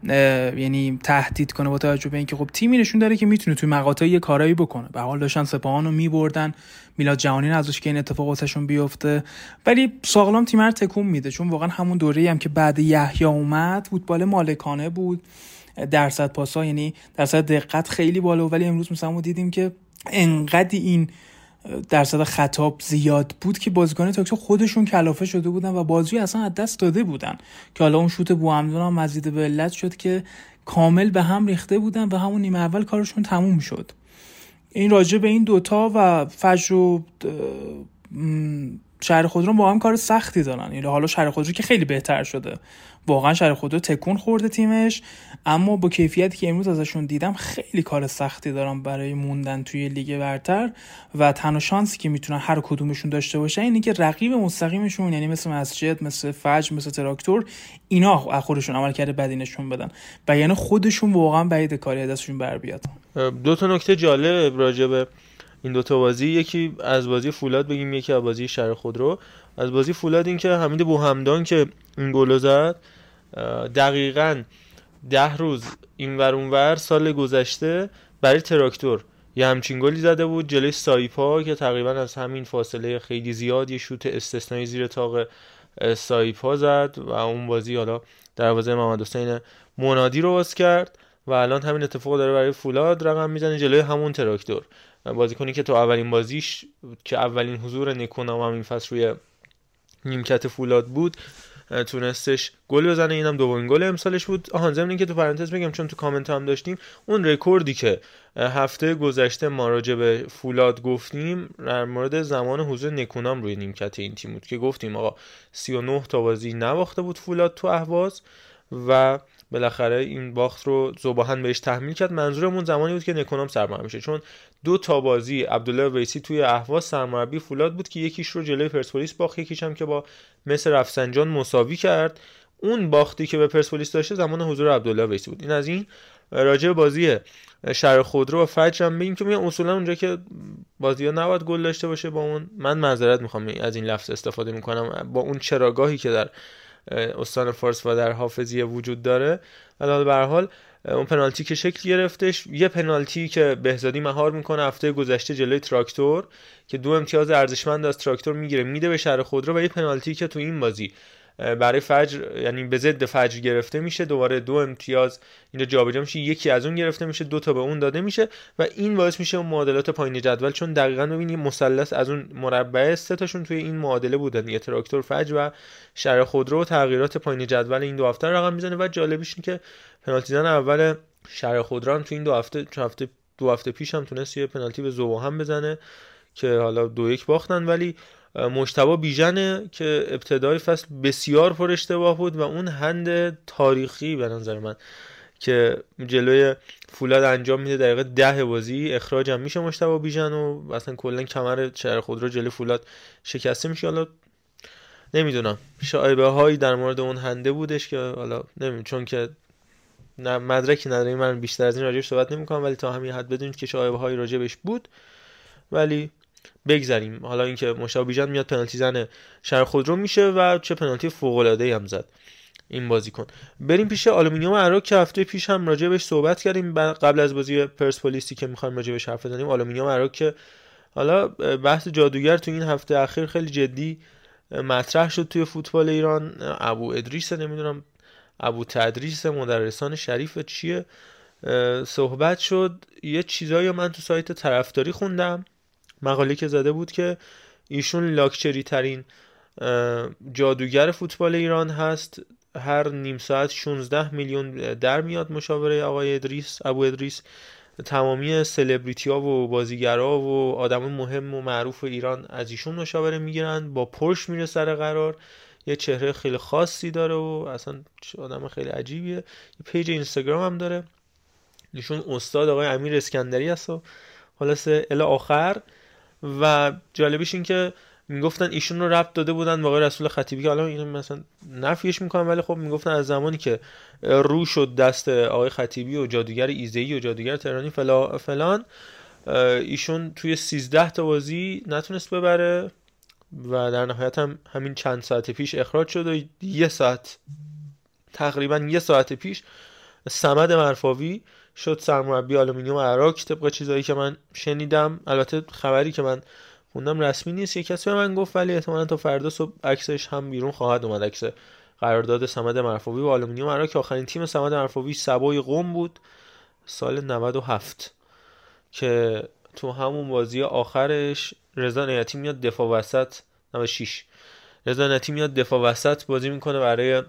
یعنی تهدید کنه، با توجه به اینکه خب تیمی نشون داره که میتونه توی مقاطع یه کارایی بکنه. به حال داشتن سپاهان رو میبردن، میلاد جهانی ازش که این اتفاق واسهشون بیفته، ولی ساغلام تیم رو تکون میده، چون واقعا همون دوره‌ای هم که بعد یحیی اومد فوتبال مالکانه بود، درصد پاسا یعنی درصد دقت خیلی بالا، ولی امروز مثلا ما دیدیم که انقدر این درصد خطاب زیاد بود که بازیکن تراکتور خودشون کلافه شده بودن و بازی اصلا از دست داده بودن، که حالا اون شوت بوهمدان هم مزید به علت شد که کامل به هم ریخته بودن و همون نیمه اول کارشون تموم شد. این راجع به این دوتا و فجر و شهر خودرو با هم کار سختی دارن. یعنی حالا شهر خودرو که خیلی بهتر شده، واقعا شهر خودرو تکون خورده تیمش، اما با کیفیتی که امروز ازشون دیدم خیلی کار سختی دارن برای موندن توی لیگ برتر و تنها شانسی که میتونن هر کدومشون داشته باشن اینه که رقیب مستقیمشون، یعنی مثل مسجد، مثل فجر، مثل تراکتور، اینا از خودشون عملکرد بدی نشون بدن و یعنی خودشون واقعا بعید کاری دستشون بر بیاد. دو تا نکته جالب راجع به این دو تا بازی، یکی از بازی فولاد بگیم، یکی از بازی شهر خودرو. از بازی فولاد این که حمید بوهمدان که این گل زد دقیقاً ده روز اینور اونور سال گذشته برای تراکتور یه همچین گلی زده بود جلوی سایپا که تقریباً از همین فاصله خیلی زیاد یه شوت استثنایی زیر طاق سایپا زد و اون بازی حالا دروازه محمد حسین منادی رو باز کرد و الان همین اتفاق داره برای فولاد رقم میزنه جلوی همون تراکتور. بازیکنی که تو اولین بازیش که اولین حضور نکونام همین فصل روی نیمکت فولاد بود تونستش گل بزنه، اینم دومین گل امسالش بود. آهان ضمن اینکه تو پرانتز بگم چون تو کامنت هم داشتیم، اون رکوردی که هفته گذشته ما راجع به فولاد گفتیم در مورد زمان حضور نکونام روی نیمکت این تیم بود که گفتیم آقا سی و نه تا بازی نباخته بود فولاد تو اهواز و بالاخره این باخت رو ذوباهن بهش تحمیل کرد. منظورمون زمانی بود که نکونام سرمربی میشه، چون دو تا بازی عبدالله ویسی توی اهواز سرمربی فولاد بود که یکیش رو جلوی پرسپولیس باخت، یکیش هم که با مصر رفسنجان مساوی کرد. اون باختی که به پرسپولیس داشته زمان حضور عبدالله ویسی بود. این از این. راجع به بازی شهر خودرو و فجر هم بگیم که میگم اصولا اونجا که بازی‌ها نباید گل داشته باشه، با اون من معذرت میخوام از این لفظ استفاده میکنم، با اون چراگاهی که در استان فارس و در حافظیه وجود داره. ولی به هر حال اون پنالتی که شکل گرفتش، یه پنالتی که بهزادی مهار میکنه هفته گذشته جلوی تراکتور که دو امتیاز ارزشمند از تراکتور میگیره میده به شهر خودرو، و یه پنالتی که تو این بازی برای فجر یعنی به ضد فجر گرفته میشه، دوباره دو امتیاز اینجا جابجا میشه، یکی از اون گرفته میشه دو تا به اون داده میشه و این باعث میشه اون معادلات پایین جدول، چون دقیقاً ببین یه مثلث از اون مربع سه تاشون توی این معادله بودن، یه تراکتور، فجر و شهر خودرو، تغییرات پایین جدول این دو هفته رقم میزنه. و جالبیش اینه که پنالتی زن اول شهر خودرو هم تو این دو هفته چند هفته دو هفته پیش هم تونست یه پنالتی به ذوباهن بزنه که حالا دو یک باختن، ولی مجتبی بیژنه که ابتدای فصل بسیار پر اشتباه بود و اون هند تاریخی به نظر من که جلوی فولاد انجام میده دقیقه ده بازی اخراج هم میشه مجتبی بیژن و اصلا کلا کمر شهر خودرو جلوی فولاد شکسته میشه. حالا نمیدونم شایبه هایی در مورد اون هنده بودش که حالا نمیدونم چون که نه مدرکی نداریم من بیشتر از این راجعش صحبت نمیکنم، ولی تا همین حد بدونید که شایبه هایی راجعش بود. ولی بگذاریم. حالا اینکه مشتاق بیژن میاد پنالتی زن شهر خودرو میشه و چه پنالتی فوق العاده ای هم زد این بازیکن. بریم پیش آلومینیوم عراق که هفته پیش هم راجع بهش صحبت کردیم قبل از بازی پرسپولیسی که میخوایم راجع بهش حرف بزنیم. آلومینیوم عراق که حالا بحث جادوگر تو این هفته اخیر خیلی جدی مطرح شد توی فوتبال ایران. ابو ادریس نمیدونم ابو تدریس مدرسان شریف چیه صحبت شد. یه چیزایی من تو سایت طرفداری خوندم، مقاله که زده بود که ایشون لاکچری ترین جادوگر فوتبال ایران هست، هر نیم ساعت شانزده میلیون در میاد مشاوره آقای ادریس ابو ادریس. تمامی سلبریتی ها و بازیگرا و آدم مهم و معروف ایران از ایشون مشاوره میگیرن، با پرش میره سر قرار، یه چهره خیلی خاصی داره و اصلا آدم خیلی عجیبیه. یه پیج اینستاگرام هم داره. ایشون استاد آقای امیر اسکندری هست و خلاصه الی آخر. و جالبیش این که میگفتن ایشون رو ربط داده بودن به آقای رسول خطیبی که حالا اینو مثلا نفیش میکنم، ولی خب میگفتن از زمانی که رو شد دست آقای خطیبی و جادوگر ایزه‌ای و جادوگر تهرانی فلا فلان ایشون توی سیزده تا بازی نتونست ببره و در نهایت هم همین چند ساعت پیش اخراج شد و یه ساعت تقریبا یه ساعت پیش صمد مرفاوی شد سرمربی آلومینیوم عراق طبق چیزایی که من شنیدم. البته خبری که من خوندم رسمی نیست، یه کسی به من گفت، ولی احتمالاً تا فردا صبح عکسش هم بیرون خواهد اومد، عکس قرارداد صمد مرفاوی و آلومینیوم عراق که آخرین تیم صمد مرفاوی سبای قم بود سال نود و هفت که تو همون بازی آخرش رضا نیتی میاد دفاع وسط نود و شش رضا نیتی میاد دفاع وسط بازی میکنه برای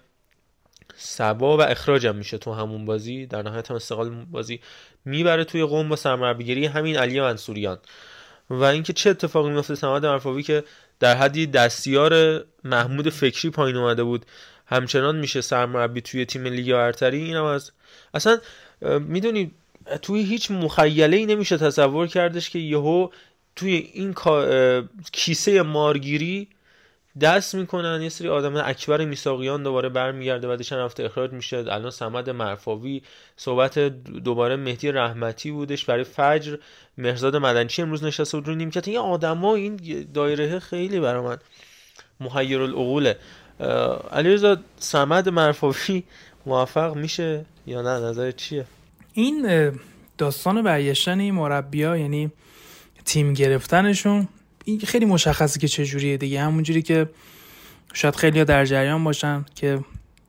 سبا و اخراجم میشه تو همون بازی. در نهایت هم استقلال بازی میبره توی قم با سرمربیگری همین علی منصوریان. و اینکه چه اتفاقی میفته صمد مرفاوی که در حدی دستیار محمود فکری پایین اومده بود همچنان میشه سرمربی توی تیم لیگ برتری. اینم از اصلا میدونی توی هیچ مخیله‌ای نمیشه تصور کردش که یهو توی این کیسه مارگیری دست میکنن یه سری آدم. اکبر میساقیان دوباره برمیگرده بعد چند هفته اخراج میشه. الان صمد مرفاوی، صحبت دوباره مهدی رحمتی بودش برای فجر. مهرزاد مدنچی امروز نشسته بود رو نیمکت. این آدما این دایره خیلی برای من محیر العقوله. علیرضا صمد مرفاوی موفق میشه یا نه؟ نظر چیه؟ این داستان برگشتن این مربی‌ها یعنی تیم گرفتنشون این خیلی مشخصه که چه جوریه دیگه. همونجوری که شاید خیلی‌ها در جریان باشن که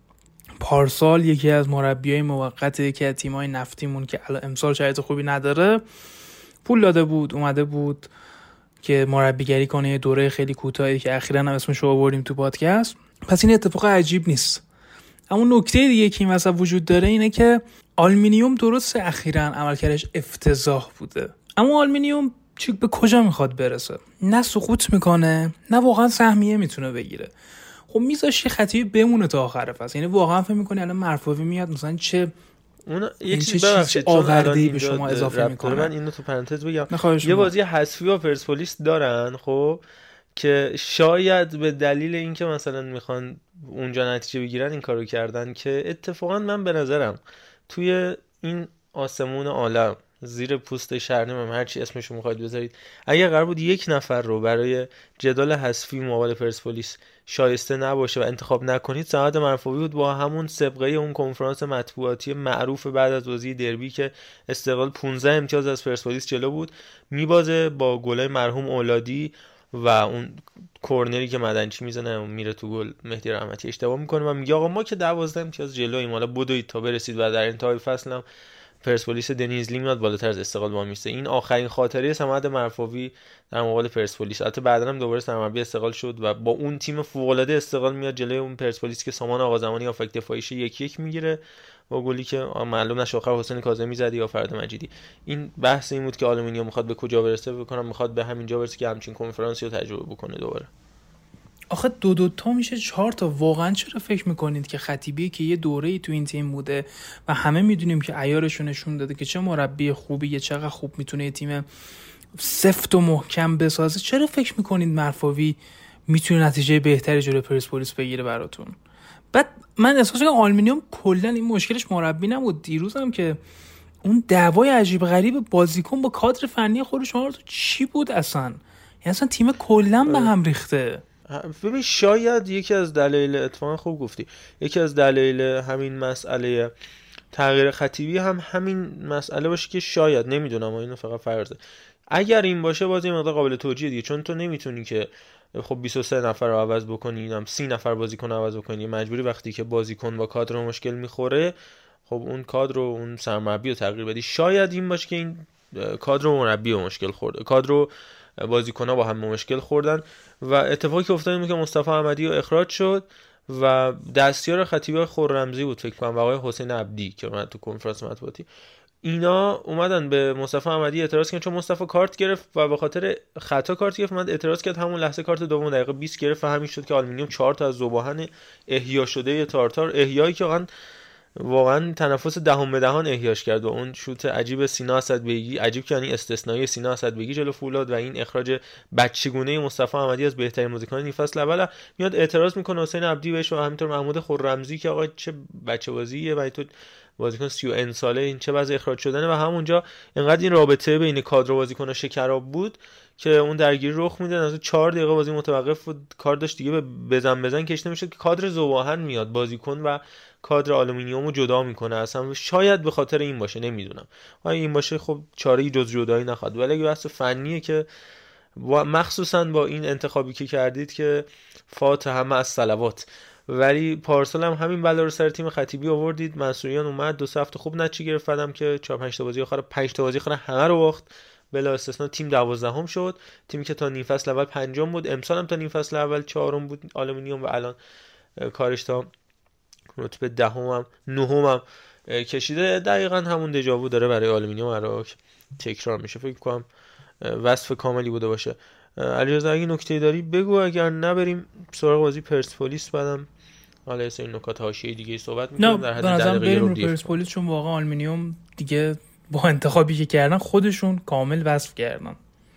پارسال یکی از مربیای موقت یکی از تیم‌های نفتیمون که الان امسال شرایط خوبی نداره پول داده بود، اومده بود که مربیگری کنه یه دوره خیلی کوتاهی که اخیراً هم اسمش رو آوردیم تو پادکست. پس این اتفاق عجیب نیست. اما نکته دیگه که این واسه وجود داره اینه که آلومینیوم درسته اخیراً عملکردش افتضاح بوده، اما آلومینیوم چی به کجا میخواد برسه؟ نه سقوط میکنه نه واقعا سهمیه میتونه بگیره. خب میذاشی خطیبی بمونه تا آخر فصل. یعنی واقعا فکر میکنی الان مرفوی میاد مثلا چه اون یک چیز ببخشید آورده‌ای به شما اضافه میکنه؟ من اینو تو پرانتز بگم، یه بازی حذفی با پرسپولیس دارن خب که شاید به دلیل اینکه مثلا میخوان اونجا نتیجه بگیرن این کارو کردن، که اتفاقا من به نظرم توی این آسمون عالم زیر پوست شهرنم هر چی اسمشو میخواید بذارید، اگر قرار بود یک نفر رو برای جدال حذفی مقابل پرسپولیس شایسته نباشه و انتخاب نکنید، صمد مرفوی بود. با همون سابقه اون کنفرانس مطبوعاتی معروف بعد از بازی دربی که استقلال پانزده امتیاز از پرسپولیس جلو بود، میبازه با گلای مرحوم اولادی و اون کورنری که مدنچی میزنه میره تو گل، مهدی رحمتی اشتباه میکنه و میگه آقا ما که دوازده امتیاز جلویم، حالا بدوید تا برسید. و در انتهای فصل هم پرسپولیس دنیزلی میاد بالاتر از استقلال با میسته. این آخرین خاطره صمد مرفوی در مقابل پرسپولیس. البته بعداً هم دوباره سرمربی استقلال شد و با اون تیم فوق العاده استقلال میاد جلوی اون پرسپولیس که سامان آقازمانی افکت دفاعیش یک یک میگیره با گلی که معلوم نشه آخر حسین کاظمی زد یا فرد مجیدی. این بحث این بود که آلومینیوم میخواد به کجا برسه، بکنم میخواد به همین جا برسه که همچین کنفرانسی رو تجربه بکنه دوباره. آخه دو دو تا میشه چهار تا. واقعا چرا فکر میکنید که خطیبی که یه دوره‌ای تو این تیم بوده و همه میدونیم که عیارشو نشون داده که چه مربی خوبیه، چقدر خوب میتونه یه تیم سفت و محکم بسازه، چرا فکر میکنید مرفوی میتونه نتیجه بهتری جلوی پرسپولیس بگیره براتون؟ بعد من احساس میکنم آلومینیوم کلا این مشکلش مربی نبود. دیروزم که اون دعوای عجیب غریب بازیکن با کادر فنی خودش شما تو چی بود اصلا؟ یعنی اصلا تیم کلا به هم ریخته. ببین شاید یکی از دلایل، اتفاقا خوب گفتی، یکی از دلایل همین مسئله تغییر خطیبی هم همین مسئله باشه که شاید، نمیدونم اینو فقط فرضه، اگر این باشه باز این مقدار قابل توجیه دیگه، چون تو نمیتونی که خب بیست و سه نفر رو عوض بکنی، اینم سی نفر بازیکن عوض بکنی، مجبوری وقتی که بازیکن با کادر مشکل میخوره خب اون کادر رو، اون سرمربی رو تغییر بدی. شاید این باشه که این کادر و مربی رو مشکل خورده، کادر و بازیکن‌ها با هم مشکل خوردن و اتفاقی که افتاد اینه که مصطفی احمدی رو اخراج شد و دستیار خطیبی خرمزی بود فکر کنم و آقای حسین عبدی که اومد تو کنفرانس مطبوعاتی، اینا اومدن به مصطفی احمدی اعتراض کردن چون مصطفی کارت گرفت و به خاطر خطا کارت گرفت، اومد اعتراض کرد، همون لحظه کارت دوم دقیقه بیست گرفت و همین شد که آلومینیوم چهار تا از ذوباهن احیا شده تارتار، احیایی که واقعا واقعا تنفس دهان به دهان احیاش کرد و اون شوت عجیب سینا اسدبیگی، عجیب که یعنی استثنایی سینا اسدبیگی جلو فولاد و این اخراج بچگونه مصطفی احمدی از بهترین بازیکنان این فصل اول، میاد اعتراض میکنه حسین عبدی بهش و همینطور محمود خرمزی که آقا چه بچه بازیه و تو بازیکن سی و ان ساله این چه وضع اخراج شدنه. و همونجا اینقدر این رابطه بین کادر و بازیکن‌ها شکراب بود که اون درگیری رخ میده، از چهار دقیقه بازی متوقف بود، کار داشت دیگه به بزن بزن کش نمیشد که کادر ذوباهن میاد بازیکن و کادر آلومینیوم رو جدا میکنه اصلا. شاید به خاطر این باشه، نمیدونم. آیا این باشه خب چاره‌ای جز جدایی نخواد، ولی اگه بحث فنیه که مخصوصا با این انتخابی که کردید که فات همه از صلوات، ولی پارسال هم همین بلا رو سر تیم خطیبی آوردید، منصوریان اومد دو سه هفته خوب نتیجه گرفت، بعدم که چهار پنج تا بازی آخر پنج تا بازی آخر همه رو باخت بلا استثنا، تیم دوازدهم شد، تیمی که تا نیم فصل اول پنجم بود، امسال هم تا نیم فصل اول چهارم بود آلومینیوم و الان کارش تا رتبه دهم هم نهم هم کشیده. دقیقاً همون دژاوو داره برای آلومینیوم عراق تکرار میشه، فکر کنم وصف کاملی بوده باشه. علیرضا اگه نکته‌ای داری بگو، اگر نبریم سراغ بازی پرسپولیس، بعدم حالا یه سری نکات حاشیه‌ای دیگه صحبت می‌کنیم در حد ده دقیقه رو دیگه. پرسپولیس چون واقعا آلومینیوم دیگه با انتخابی که کردن خودشون کامل وصف کردن.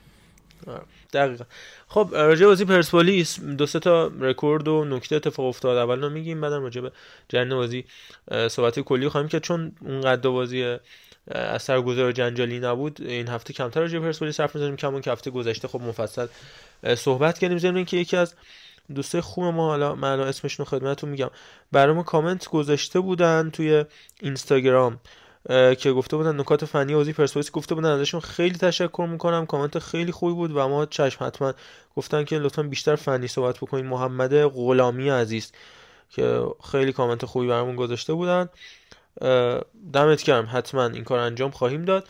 دقیقاً. خب راجع بازی پرسپولیس دو سه تا رکورد و نکته اتفاق افتاد. اول میگیم، بعدم راجع به جریان بازی صحبت کلی خواهیم که چون اونقدر بازی اثرگذار جنجالی نبود این هفته کمتر راجع به پرسپولیس حرف می‌زنیم، کمون که هفته گذشته خب مفصل صحبت کردیم. ضمن که یکی از دوستای خوب ما، حالا من اسمشون رو خدمتتون میگم، برام کامنت گذاشته بودن توی اینستاگرام که گفته بودن نکات فنی بازی پرسپولیس گفته بودن، ازشون خیلی تشکر میکنم. کامنت خیلی خوبی بود و ما چشم حتما گفتن که لطفا بیشتر فنی صحبت بکنید. محمد غلامی عزیز که خیلی کامنت خوبی برامون گذاشته بودن، دمت گرم، حتما این کار انجام خواهیم داد.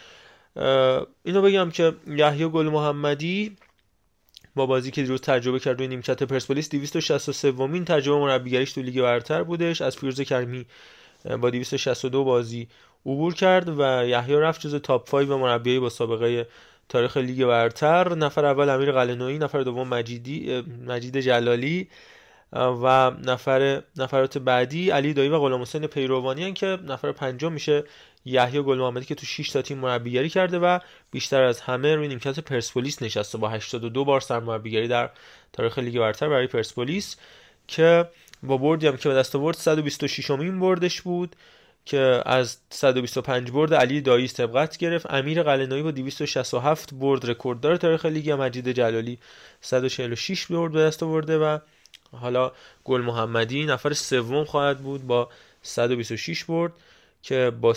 اینو بگم که یحیی گل محمدی با بازی که دیروز تجربه کرد روی نیمکت پرسپولیس دویست و شصت و سومین تجربه مربیگریش تو لیگ برتر بودش. از فیروز کریمی با دویست و شصت و دو بازی عبور کرد و یحیی رفت جز تاپ پنج مربیای با سابقه تاریخ لیگ برتر. نفر اول امیر قلعه‌نویی، نفر دوم مجیدی مجید جلالی و نفر نفرات بعدی علی دایی و غلام حسین پیروانی ان که نفر پنجم میشه یحیی گل محمدی که تو شش تا تیم مربیگری کرده و بیشتر از همه روی نیمکت پرسپولیس نشسته با هشتاد و دو بار سرمربیگری در تاریخ لیگ برتر برای پرسپولیس که با بردی هم که به دست آورد صد و بیست و ششمین بردش بود که از صد و بیست و پنج برد علی دایی سبقت گرفت. امیر قلعه‌نویی با دویست و شصت و هفت برد رکورددار تاریخ لیگ، مجید جلالی صد و چهل و شش برد به دست آورده و حالا گل محمدی نفر سوم خواهد بود با صد و بیست و شش برد که با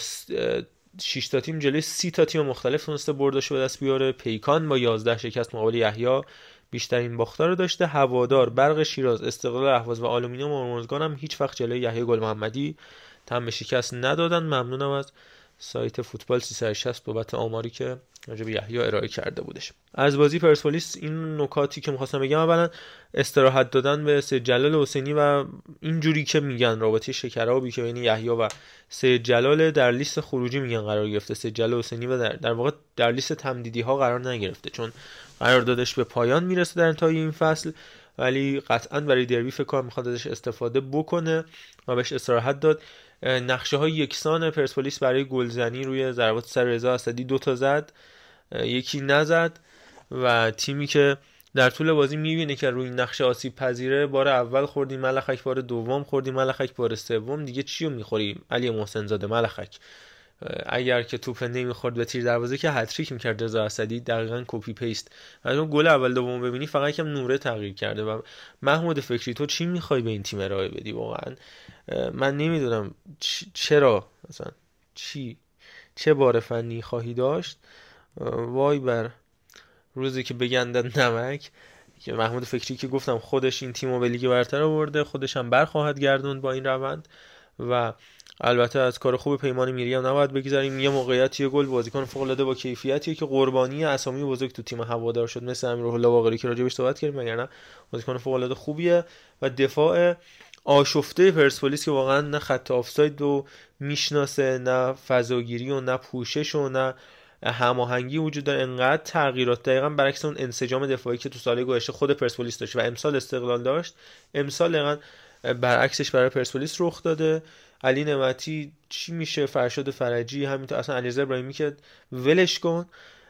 شش تا تیم جلوی سی تا تیم مختلف تونسته برداشو به دست بیاره. پیکان با یازده شکست مقابل یحیی بیشترین باختار رو داشته. هوادار، برق شیراز، استقلال اهواز و آلومینیوم هرمزگان هم هیچ وقت جلوی یحیی گل محمدی تم به شکست ندادن. ممنونم از سایت فوتبال سیصد و شصت بابت آماری که راجع به یحیی ارائه کرده بودش. از بازی پرسپولیس این نکاتی که می‌خواستم بگم، اولا استراحت دادن به سید جلال حسینی و اینجوری که میگن رابطه شکرابی که بین یحیی و سید جلال در لیست خروجی میگن قرار گرفته. سید جلال حسینی و در, در واقع در لیست تمدیدی ها قرار نگرفته چون قراردادش به پایان میرسه در انتهای این فصل، ولی قطعا برای دربی فکر کنم میخواد ازش استفاده بکنه و بهش استراحت داد. نقشه های یکسان پرسپولیس برای گلزنی روی ضربات سر رضا اسدی دو تا زد، یکی نزد و تیمی که در طول بازی میبینه که روی این نقشه آسیب پذیره، بار اول خوردیم ملخک، بار دوم خوردیم ملخک، بار سوم دیگه چیو میخوریم؟ علی محسن زاده ملخک. اگر که توپ نمیخورد به تیر دروازه که هتریک میکرد رضا اسدی، دقیقاً کپی پیست. از اون گل اول دوم ببینی فقط یکم نوره تغییر کرده. و محمود فکری تو چی میخوای به این تیم ارائه بدی؟ واقعا من نمیدونم چرا مثلا چی چه بار فنی خواهی داشت. وای بر روزی که بگندن نمک که محمود فکری که گفتم خودش این تیمو به لیگ برتر آورده، خودش هم برخواهد گردوند با این روند و البته از کار خوب پیمان میری هم نباید بگذاریم. یه موقعیت یه گل بازیکن فوق العاده با کیفیتیه که قربانی اسامی بزرگ تو تیم هوادار شد مثل امیرالله باقری که راجعش صحبت کردیم، وگرنه بازیکن فوق العاده خوبیه. و دفاع آشفته پرسپولیس که واقعا نه خط آفساید رو میشناسه، نه فضاگیری و نه پوشش و نه هماهنگی وجود داره. انقدر تغییرات، دقیقاً برعکس اون انسجام دفاعی که تو سال گذشته خود پرسپولیس داشت و امسال استقلال داشت، امسال دقیقاً برعکسش برای پرسپولیس رخ داده. علی نعمتی چی میشه، فرشاد فرجی، همینطور اصلا علیرضا ابراهیمی که ولش کن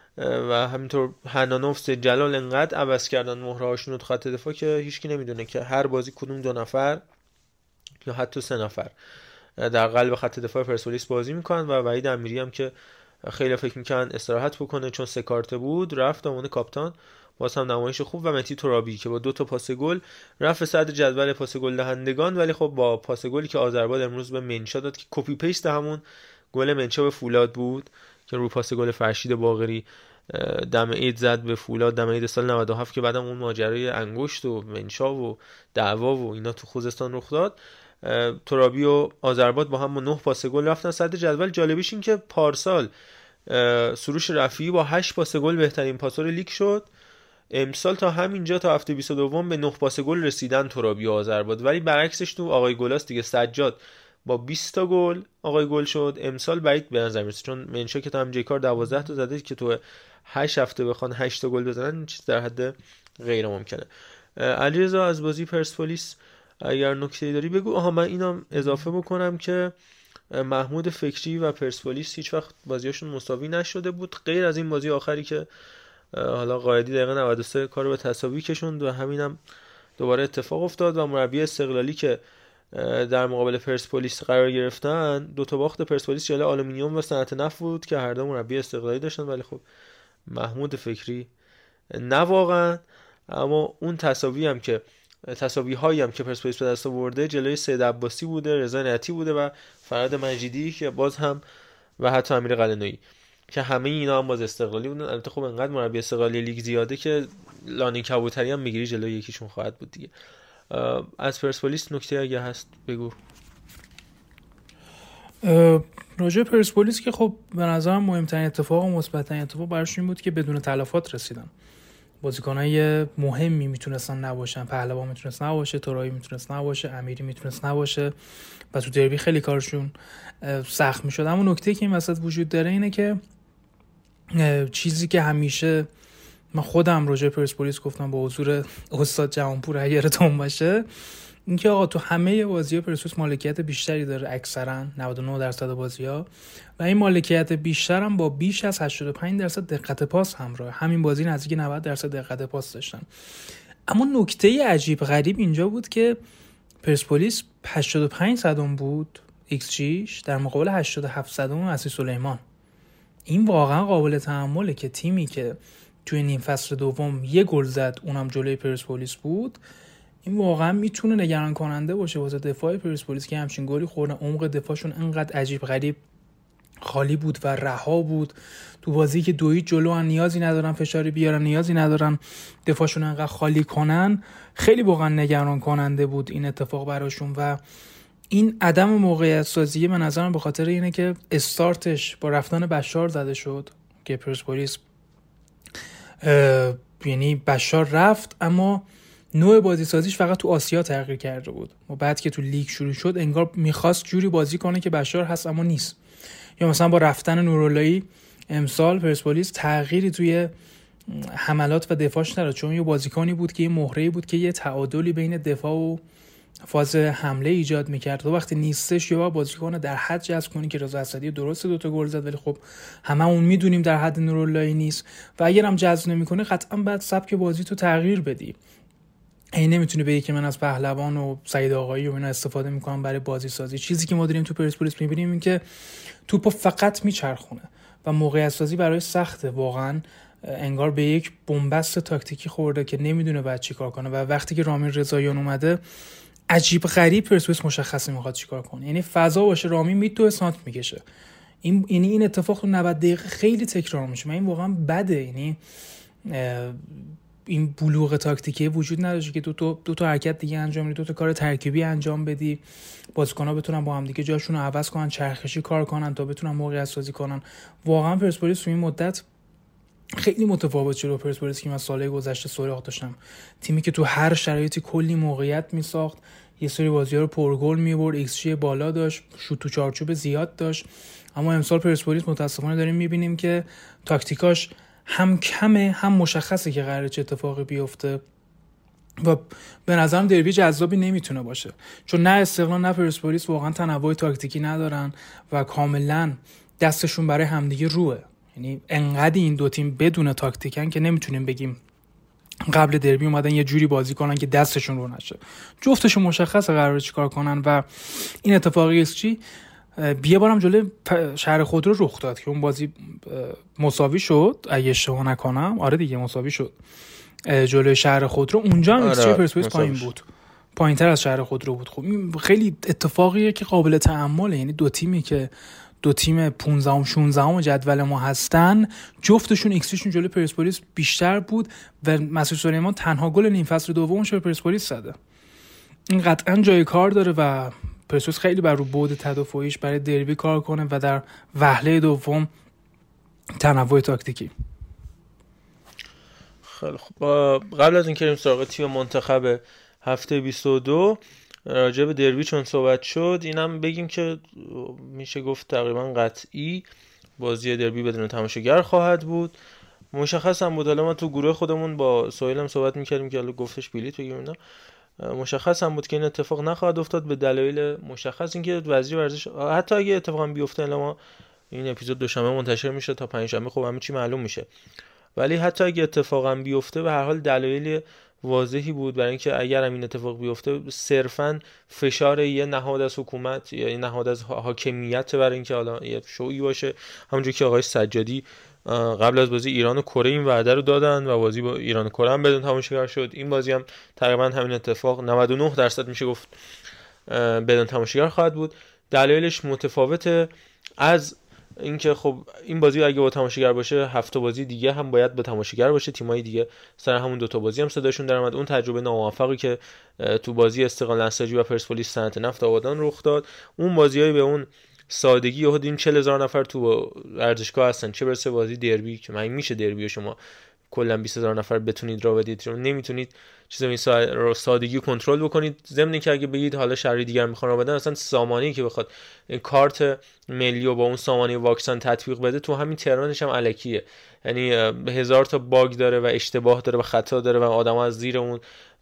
و همینطور حنانوف، سید جلال انقدر عوض کردن مهرهاشون رو تو خط دفاع که هیچکی نمیدونه که هر بازی کدوم دو نفر یا حتی سه نفر در قلب خط دفاع پرسپولیس بازی میکنن. و وحید امیری هم که خیلی فکر میکنن استراحت بکنه چون سه کارته بود رفت عنوان کاپیتان، باز هم نمایش خوب. و مهدی ترابی که با دو تا پاس گل رفت صدر جدول پاس گل دهندگان، ولی خب با پاس گلی که آذربایجان امروز به منشا داد که کپی پیست همون گل منشا به فولاد بود که رو پاس گل فرشید باقری دم عید زد به فولاد دم عید سال نود و هفت که بعدم اون ماجرای انگشت و منشا و دعوا و اینا تو خوزستان رخ داد. ترابی و آذربایجان با هم با نه پاس گل رفتن صدر جدول. جالبیش این که پارسال سروش رفیعی با هشت پاس گل بهترین پاسور لیگ شد، امسال تا همینجا تا هفته بیست و دو به نه پاس گل رسیدن ترابی و آذربایجان. ولی برعکسش تو آقای گلاست دیگه، سجاد با بیست تا گل آقای گل شد، امسال بعید به نظر میرسه چون منشا که تا هم جیکار دوازده تا زده که تو هشت هفته بخوان هشت تا گل بزنن چیز در حد غیر ممکنه. علیرضا از بازی پرسپولیس اگر نکته‌ای داری بگو. آها من اینم اضافه بکنم که محمود فکری و پرسپولیس هیچ وقت بازیاشون مساوی نشده بود غیر از این بازی آخری که حالا قائدی دقیقه نود و سه کارو به تساوی کشوند و همینم دوباره اتفاق افتاد و مربی استقلالی که در مقابل پرسپولیس قرار گرفتن، دو تا باخت پرسپولیس جلوی آلومینیوم و صنعت نفت بود که هر دو مربی استقلالی داشتن، ولی خب محمود فکری نه واقعا. اما اون تساوی هم که تساوی هایی هم که پرسپولیس به دست آورده جلوی سید عباسی بوده، رضا نعتی بوده و فراد مجیدی که باز هم و حتی امیر قلعه‌نویی که همه اینا هم باز استقلالی بودن. البته خب انقدر مربی استقلالی لیگ زیاده که لانی کبوتری هم میگیری جلوی یکیشون خواهد بود دیگه. از پرسپولیس نکته اگه هست بگو. راجع پرسپولیس که خب به نظرم مهمترین اتفاق و مثبت‌ترین اتفاق براش این بود که بدون تلفات رسیدن. بازیکنای مهمی میتونستن نباشن، پهلوان میتونست نباشه، تورایی میتونست نباشه، امیری میتونست نباشه و تو دربی خیلی کارشون سخت میشد. اما نکته که این وسط وجود داره اینه که چیزی که همیشه من خودم راجع پرسپولیس گفتم با حضور استاد جهانپور اگه یادتون باشه، اینکه آقا تو همه بازی‌ها پرسپولیس مالکیت بیشتری داره، اکثرا نود و نه درصد بازی‌ها، و این مالکیت بیشتر هم با بیش از هشتاد و پنج درصد دقت پاس همراه. همین بازی نزدیک نود درصد دقت پاس داشتن. اما نکته عجیب غریب اینجا بود که پرسپولیس هشتاد و پنج صدم بود ایکس جیش در مقابل هشتاد و هفت صدم مسعود سلیمان. این واقعا قابل تأمله که تیمی که توی نیم فصل دوم یه گل زد اونم جلوی پرسپولیس بود، این واقعا میتونه نگران کننده باشه واسه دفاع پرسپولیس که همچین گلی خوردن. عمق دفاعشون انقدر عجیب غریب خالی بود و رها بود تو بازی که دویت جلو ان، نیازی ندارن فشاری بیارن، نیازی ندارن دفاعشون انقدر خالی کنن. خیلی واقعا نگران کننده بود این اتفاق براشون و این عدم موقعیت سازی به نظرم به خاطر اینه که استارتش با رفتن بشار زده شد که پرسپولیس یعنی بشار رفت اما نوع بازی سازیش فقط تو آسیا تغییر کرده بود و بعد که تو لیگ شروع شد انگار میخواست جوری بازی کنه که بشار هست اما نیست. یا مثلا با رفتن نوراللهی امسال پرسپولیس تغییری توی حملات و دفاعش نداشت، چون یه بازیکنی بود که یه مهره‌ای بود که یه تعادلی بین دفاع و فاز حمله ایجاد میکرد. تو وقتی نیستش یا بازیکن در حد جذب کنی که رضا اسدی درست دو تا گل زد ولی خب هممون میدونیم در حد نوراللهی نیست و اگرم جذب نمیکنه قطعا بعد سبک بازی تو تغییر بدی. این نمیتونه بگی که من از پهلوان و سعید آقایی و اینا استفاده میکنم برای بازی سازی. چیزی که ما داریم تو پرسپولیس میبینیم این که توپو فقط میچرخونه و موقعیت سازی برای سخته. واقعا انگار به یک بنبست تاکتیکی خورده که نمیدونه بعد چیکار کنه و وقتی که رامین رضاییان اومده عجیب غریب پرسپولیس مشخصه میخواد چیکار کنه. یعنی فضا باشه رامین میدوه سانت میکشه. این یعنی این اتفاق تو نود دقیقه خیلی تکرار میشه. من این واقعا بده. یعنی این بلوغ تاکتیکی وجود نداره که دو تا دو تا حرکت دیگه انجام بدی، دو تا کار ترکیبی انجام بدی، بازیکن‌ها بتونن با هم دیگه جاشون رو عوض کنن، چرخشی کار کنن تا بتونن موقعیت سازی کنن. واقعا پرسپولیس تو این مدت خیلی متفاوت شده با پرسپولیس که من سالهای گذشته سراغ داشتم. تیمی که تو هر شرایطی کلی موقعیت میساخت، یه سری بازی‌ها رو پرگل می‌برد، ایکس جی بالا داشت، شوت تو چارچوب زیاد داشت. اما امسال پرسپولیس متأسفانه داریم می‌بینیم که تاکتیکاش هم کمه هم مشخصه که قراره چه اتفاقی بیفته و به نظرم دربی جذابی نمیتونه باشه، چون نه استقلال نه پرسپولیس واقعا تنوع تاکتیکی ندارن و کاملا دستشون برای همدیگه روه. یعنی انقدر این دو تیم بدون تاکتیکن که نمیتونیم بگیم قبل دربی اومدن یه جوری بازی کنن که دستشون رو نشه. جفتشون مشخصه قراره چیکار کنن و این اتفاقی است چی بیه بارم جلوی شهر خودرو رخ داد که اون بازی مساوی شد اگه اشتباه نکنم. آره دیگه مساوی شد جلوی شهر خودرو. اونجا هم ایکس جی پرسپولیس پایین بود، پایین‌تر از شهر خودرو بود. خب این خیلی اتفاقیه که قابل تأمله. یعنی دو تیمی که دو تیم پانزدهم شانزدهم جدول ما هستن جفتشون ایکس جیشون جلوی پرسپولیس بیشتر بود و مسعود سلیمان تنها گل نیم فصل دومش رو پرسپولیس زده. این قطعا جای کار داره و پرسپولیس خیلی بر رو بعد تدافعیش برای دربی کار کنه و در وهله دوم تنوع تاکتیکی. خیلی خب، قبل از اینکه بریم سراغ تیم منتخب هفته بیست و دو راجع به دربی چون صحبت شد اینم بگیم که میشه گفت تقریبا قطعی بازی دربی بدون تماشاگر خواهد بود. مشخص هم بود. حالا ما تو گروه خودمون با سهیل هم صحبت میکردیم که حالا گفتش بلیط بگیریم اینا، مشخص هم بود که این اتفاق نخواهد افتاد به دلایل مشخص. اینکه وزیر ورزش حتی اگه اتفاقا بیفته، الان ما این اپیزود دوشنبه منتشر میشه تا پنجشنبه خب همه چی معلوم میشه، ولی حتی اگه اتفاقا بیفته به هر حال دلایل واضحی بود برای اینکه اگر هم این اتفاق بیفته صرفا فشار یه نهاد از حکومت یا یه نهاد از حاکمیت برای اینکه حالا یه شویی باشه، همونجوری که آقای سجادی قبل از بازی ایران و کره این وعده رو دادن و بازی با ایران و کره هم بدون تماشاگر شد. این بازی هم تقریبا همین اتفاق نود و نه درصد میشه گفت بدون تماشاگر خواهد بود. دلایلش متفاوته از اینکه خب این بازی اگه با تماشاگر باشه هفت بازی دیگه هم باید با تماشاگر باشه، تیمای دیگه سر همون دو تا بازی هم صداشون در اومد. اون تجربه ناموفقی که تو بازی استقلال نساجی و پرسپولیس صنعت نفت آبادان رخ داد، اون بازیای به اون سادگی یهو دیدیم چهل هزار نفر تو ورزشگاه هستن، چه برسه بازی دربی که من میشه دربی شما کلا بیست هزار نفر بتونید را بدید، چون نمیتونید چیزا این سادگی کنترل بکنید. ضمن که اگه بگید حالا شهری دیگر میخوان را بدن، اصلا سامانه‌ای که بخواد کارت ملی و با اون سامانه واکسن تطبیق بده تو همین تهرانش هم الکیه، یعنی هزار تا باگ داره و اشتباه داره و خطا داره و آدم‌ها از زیر اون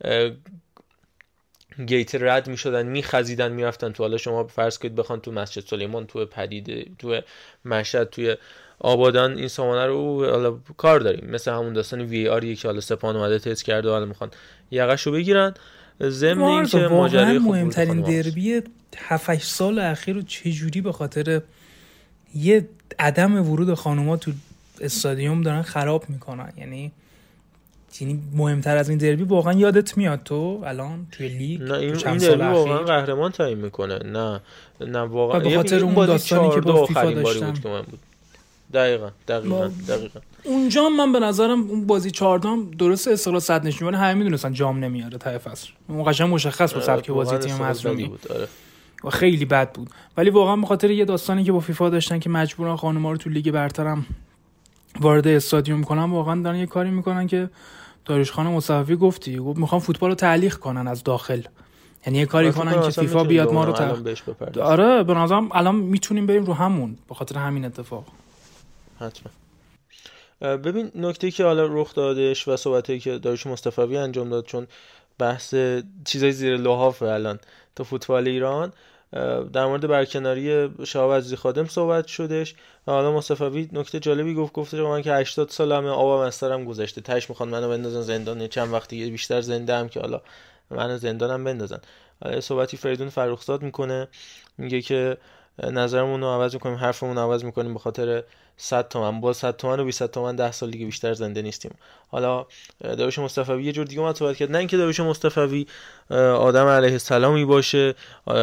گیت رد میشدن میخزیدن میرفتن تو. حالا شما فرض کنید بخوان تو مسجد سلیمان، تو پدیده، تو مشهد، توی آبادان این سامانه رو حالا کار داریم، مثل همون داستان وی آر که حالا سپاهان اومده تست کرده و حالا میخوان یقشو بگیرن. ضمن اینکه ماجرای مهمترین دربی هفت هشت سال اخیر رو چجوری به خاطر یه عدم ورود خانوما تو استادیوم دارن خراب میکنن، یعنی یعنی مهمتر از این دربی واقعا یادت میاد تو الان توی لیگ؟ نه این, این دربی واقعا قهرمان تعیین میکنه. نه نه واقعا به خاطر اون داستانی که با فیفا داشتن بود که من بود. دقیقاً دقیقاً دقیقاً اونجا من به نظرم اون بازی چهارده درست استقلال صد نشینی همه میدونستن جام نمیاره ته فصل، اون قشنگ مشخص بود سبک بازی تیم مظلومی بود آره. و خیلی بد بود، ولی واقعا به خاطر یه داستانی که با فیفا داشتن که مجبورن خانم‌ها رو تو لیگ برترم وارد استادیوم کنن، واقعا دارن یه کاری میکنن که داریوش خان مصطفی گفتی گفت میخوان فوتبال رو تعلیق کنن از داخل، یعنی یه کاری کنن که فیفا بیاد ما رو تعلیق. آره به نظرم الان میتونیم بریم رو همون به خاطر همین اتفاق. حتما. ببین نکته‌ای که حالا رخ دادش و صحبتایی که داریوش مصطفی انجام داد، چون بحث چیزای زیر لحاف الان تو فوتبال ایران در مورد برکناری شهاب عزیزی خادم صحبت شدش و حالا مصطفی نکته جالبی گفت، گفته من که هشتاد سالمه، آبم از سرم گذشته، تاش میخوان منو بندازن زندان، چند وقتی بیشتر زنده ام که حالا منو زندانم بندازن. حالا صحبتی فریدون فرخزاد میکنه، میگه که نظرمون رو عوض میکنیم، حرفمون رو عوض میکنیم به خاطر صد تومن، با صد تومن و بیست تومن ده سال دیگه بیشتر زنده نیستیم. حالا داریوش مصطفی یه جور دیگه اومد صحبت کرد، نه اینکه داریوش مصطفی آدم علیه السلامی باشه،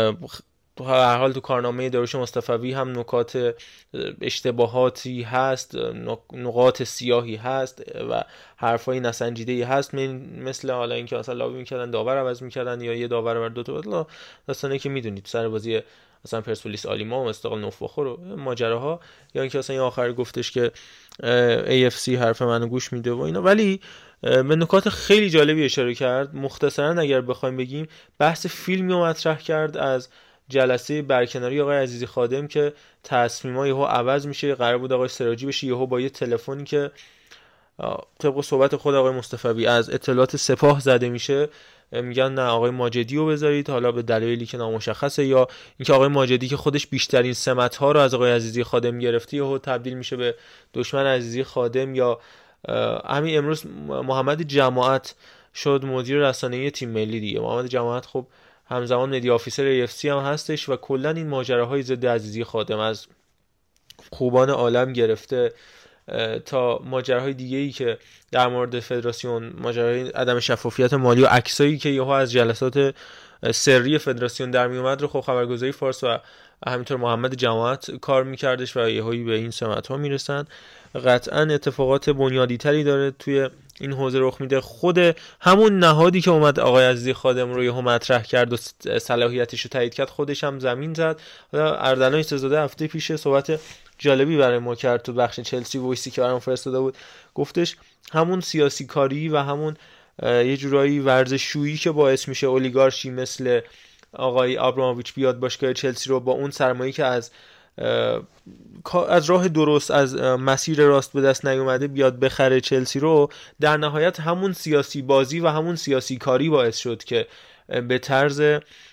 هر حال تو کارنامه داریوش مصطفی هم نکات اشتباهاتی هست، نقاط سیاهی هست و حرفای نسنجیده‌ای هست، مثل حالا اینکه اصلا لابی میکردن داور عوض میکردن یا یه داور بر دو تا بدلا، داستانی که میدونید سر بازی مثلا پرسپولیس آلیما و استقلال نوفاخور و ماجراها، یا اینکه اصلا آخر گفتش که ای اف سی حرف منو گوش میده و اینا. ولی به نکات خیلی جالبی اشاره کرد. مختصرا اگر بخوایم بگیم بحث فیلمی رو مطرح کرد از جلسه برکناری آقای عزیزی خادم که تصمیم‌ها یهو عوض میشه، قرار بود آقای سراجی بشه، یهو با یه تلفنی که طبق صحبت خود آقای مصطفی از اطلاعات سپاه زده میشه میگن نه آقای ماجدی رو بذارید، حالا به دلایلی که نامشخصه، یا اینکه آقای ماجدی که خودش بیشترین سمت‌ها رو از آقای عزیزی خادم گرفته یهو تبدیل میشه به دشمن عزیزی خادم. یا همین امروز محمد جماعت شد مدیر رسانه‌ای تیم ملی دیگه. محمد جماعت خب همزمان مدیا آفیسر ای اف سی هم هستش و کلا این ماجراهای ضد عزیزی خادم از خوبان عالم گرفته تا ماجراهای دیگه‌ای که در مورد فدراسیون، ماجراهای عدم شفافیت مالی و عکسایی که یهو از جلسات سری فدراسیون در می اومد رو خب خبرگزاری فارس و همینطور محمد جماعت کار میکردش و یهویی به این سمت‌ها میرسن. قطعا اتفاقات بنیادی‌تری داره توی این حوزه رخ میده. خود همون نهادی که اومد آقای عزیزی خادم رو یهو مطرح کرد و صلاحیتش رو تایید کرد خودش هم زمین زد. اردلان ایستزاده هفته پیش صحبت جالبی برای ما کرد تو بخش چلسی وایسی که برام فرستاده بود، گفتش همون سیاسی کاری و همون یه جورایی ورزشجویی که باعث میشه اولیگارشی مثل آقای آبراموویچ بیاد باشگاه چلسی رو با اون سرمایه‌ای که از از راه درست، از مسیر راست به دست نیومده بیاد بخره چلسی رو، در نهایت همون سیاسی بازی و همون سیاسی کاری باعث شد که به طرز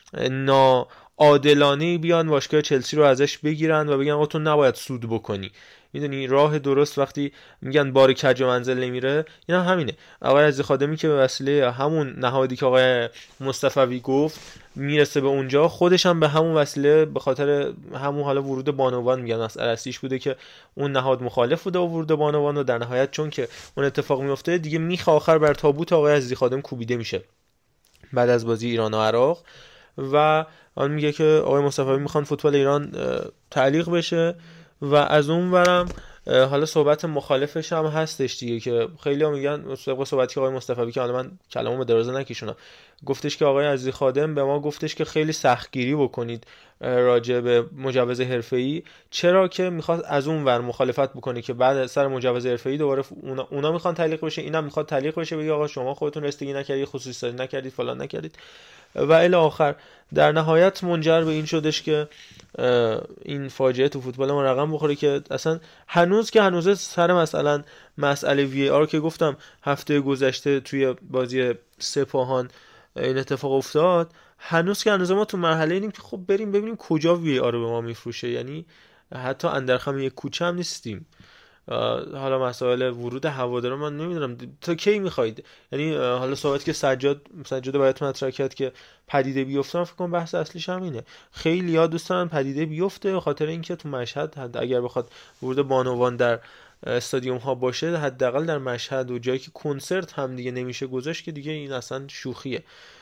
ناعادلانه بیان باشگاه چلسی رو ازش بگیرن و بگن آقا تو نباید سود بکنی. میدونی راه درست وقتی میگن بار کج منزل نمیره، این هم همینه. آقای عزیز خادمی که به وسیله همون نهادی که آقای مصطفی گفت میرسه به اونجا، خودش هم به همون وسیله به خاطر همون حالا ورود بانوان میگن از ارسطیش بوده که اون نهاد مخالف بوده و ورود بانوان و در نهایت چون که اون اتفاق میفته دیگه میخ آخر بر تابوت آقای عزیز خادم کوبیده میشه بعد از بازی ایران و عراق و اون میگه که آقای مصطفی میخوان فوتبال ایران تعلیق بشه و از اون ورم حالا صحبت مخالفش هم هستش دیگه که خیلی ها میگن طبق صحبتی که آقای مصطفی که حالا من کلامو به درازه نکشونم، گفتش که آقای عزیز خادم به ما گفتش که خیلی سختگیری بکنید راجع به مجوز حرفه‌ای، چرا که میخواد از اون ور مخالفت بکنه که بعد سر مجوز حرفه‌ای دوباره اونا, اونا میخوان تعلیق بشه، اینم میخواد تعلیق بشه، بگه آقا شما خودتون رسیدگی نکردید، خصوصی سازی نکردید، فلان نکردید و الی آخر. در نهایت منجر به این شدش که این فاجعه تو فوتبال ما رقم بخوره که اصلا هنوز که هنوز سر مثلا مسئله وی آر که گفتم هفته گذشته توی بازی سپاهان این اتفاق افتاد، هنوز که هنوز ما تو مرحله اینیم که خب بریم ببینیم کجا وی آر رو به ما میفروشه، یعنی حتی اندرخم یک کوچه هم نیستیم. حالا مسائل ورود هواداران من نمیدونم تا کی میخواید، یعنی حالا صحبت که سجاد سجاد باید مطرح کرد که پدیده بیفته، فکر کنم بحث اصلیش همینه. خیلی ها دوست دارن پدیده بیفته به خاطر اینکه تو مشهد اگر بخواد ورود بانوان در استادیوم ها باشه، حداقل در مشهد و جایی که کنسرت هم دیگه نمیشه گذاشت که دیگه این اصلا شوخیه.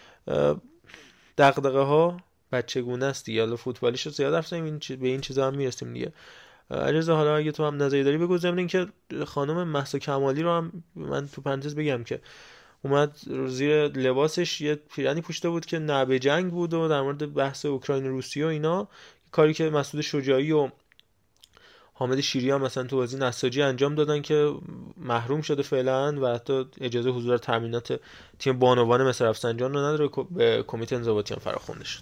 دغدغه ها بچگونه است دیگه، حالا فوتبالیشو زیاد حرف زدیم، به این چیزا هم میرسیم دیگه. علیرضا حالا اگه تو هم نظری داری بگو. ضمن این که خانم مهسا کمالی رو هم من تو پرانتز بگم که اومد زیر لباسش یه پیرنی پوشیده بود که نه به جنگ بود و در مورد بحث اوکراین روسیه و اینا، کاری که مسعود شجاعی و حامد شیری هم مثلا تو بازی نساجی انجام دادن که محروم شده فعلا و حتی اجازه حضور تامینات تیم بانوان مصر رفسنجان رو نداره، به کمیته انضباطی هم فراخوانده شد.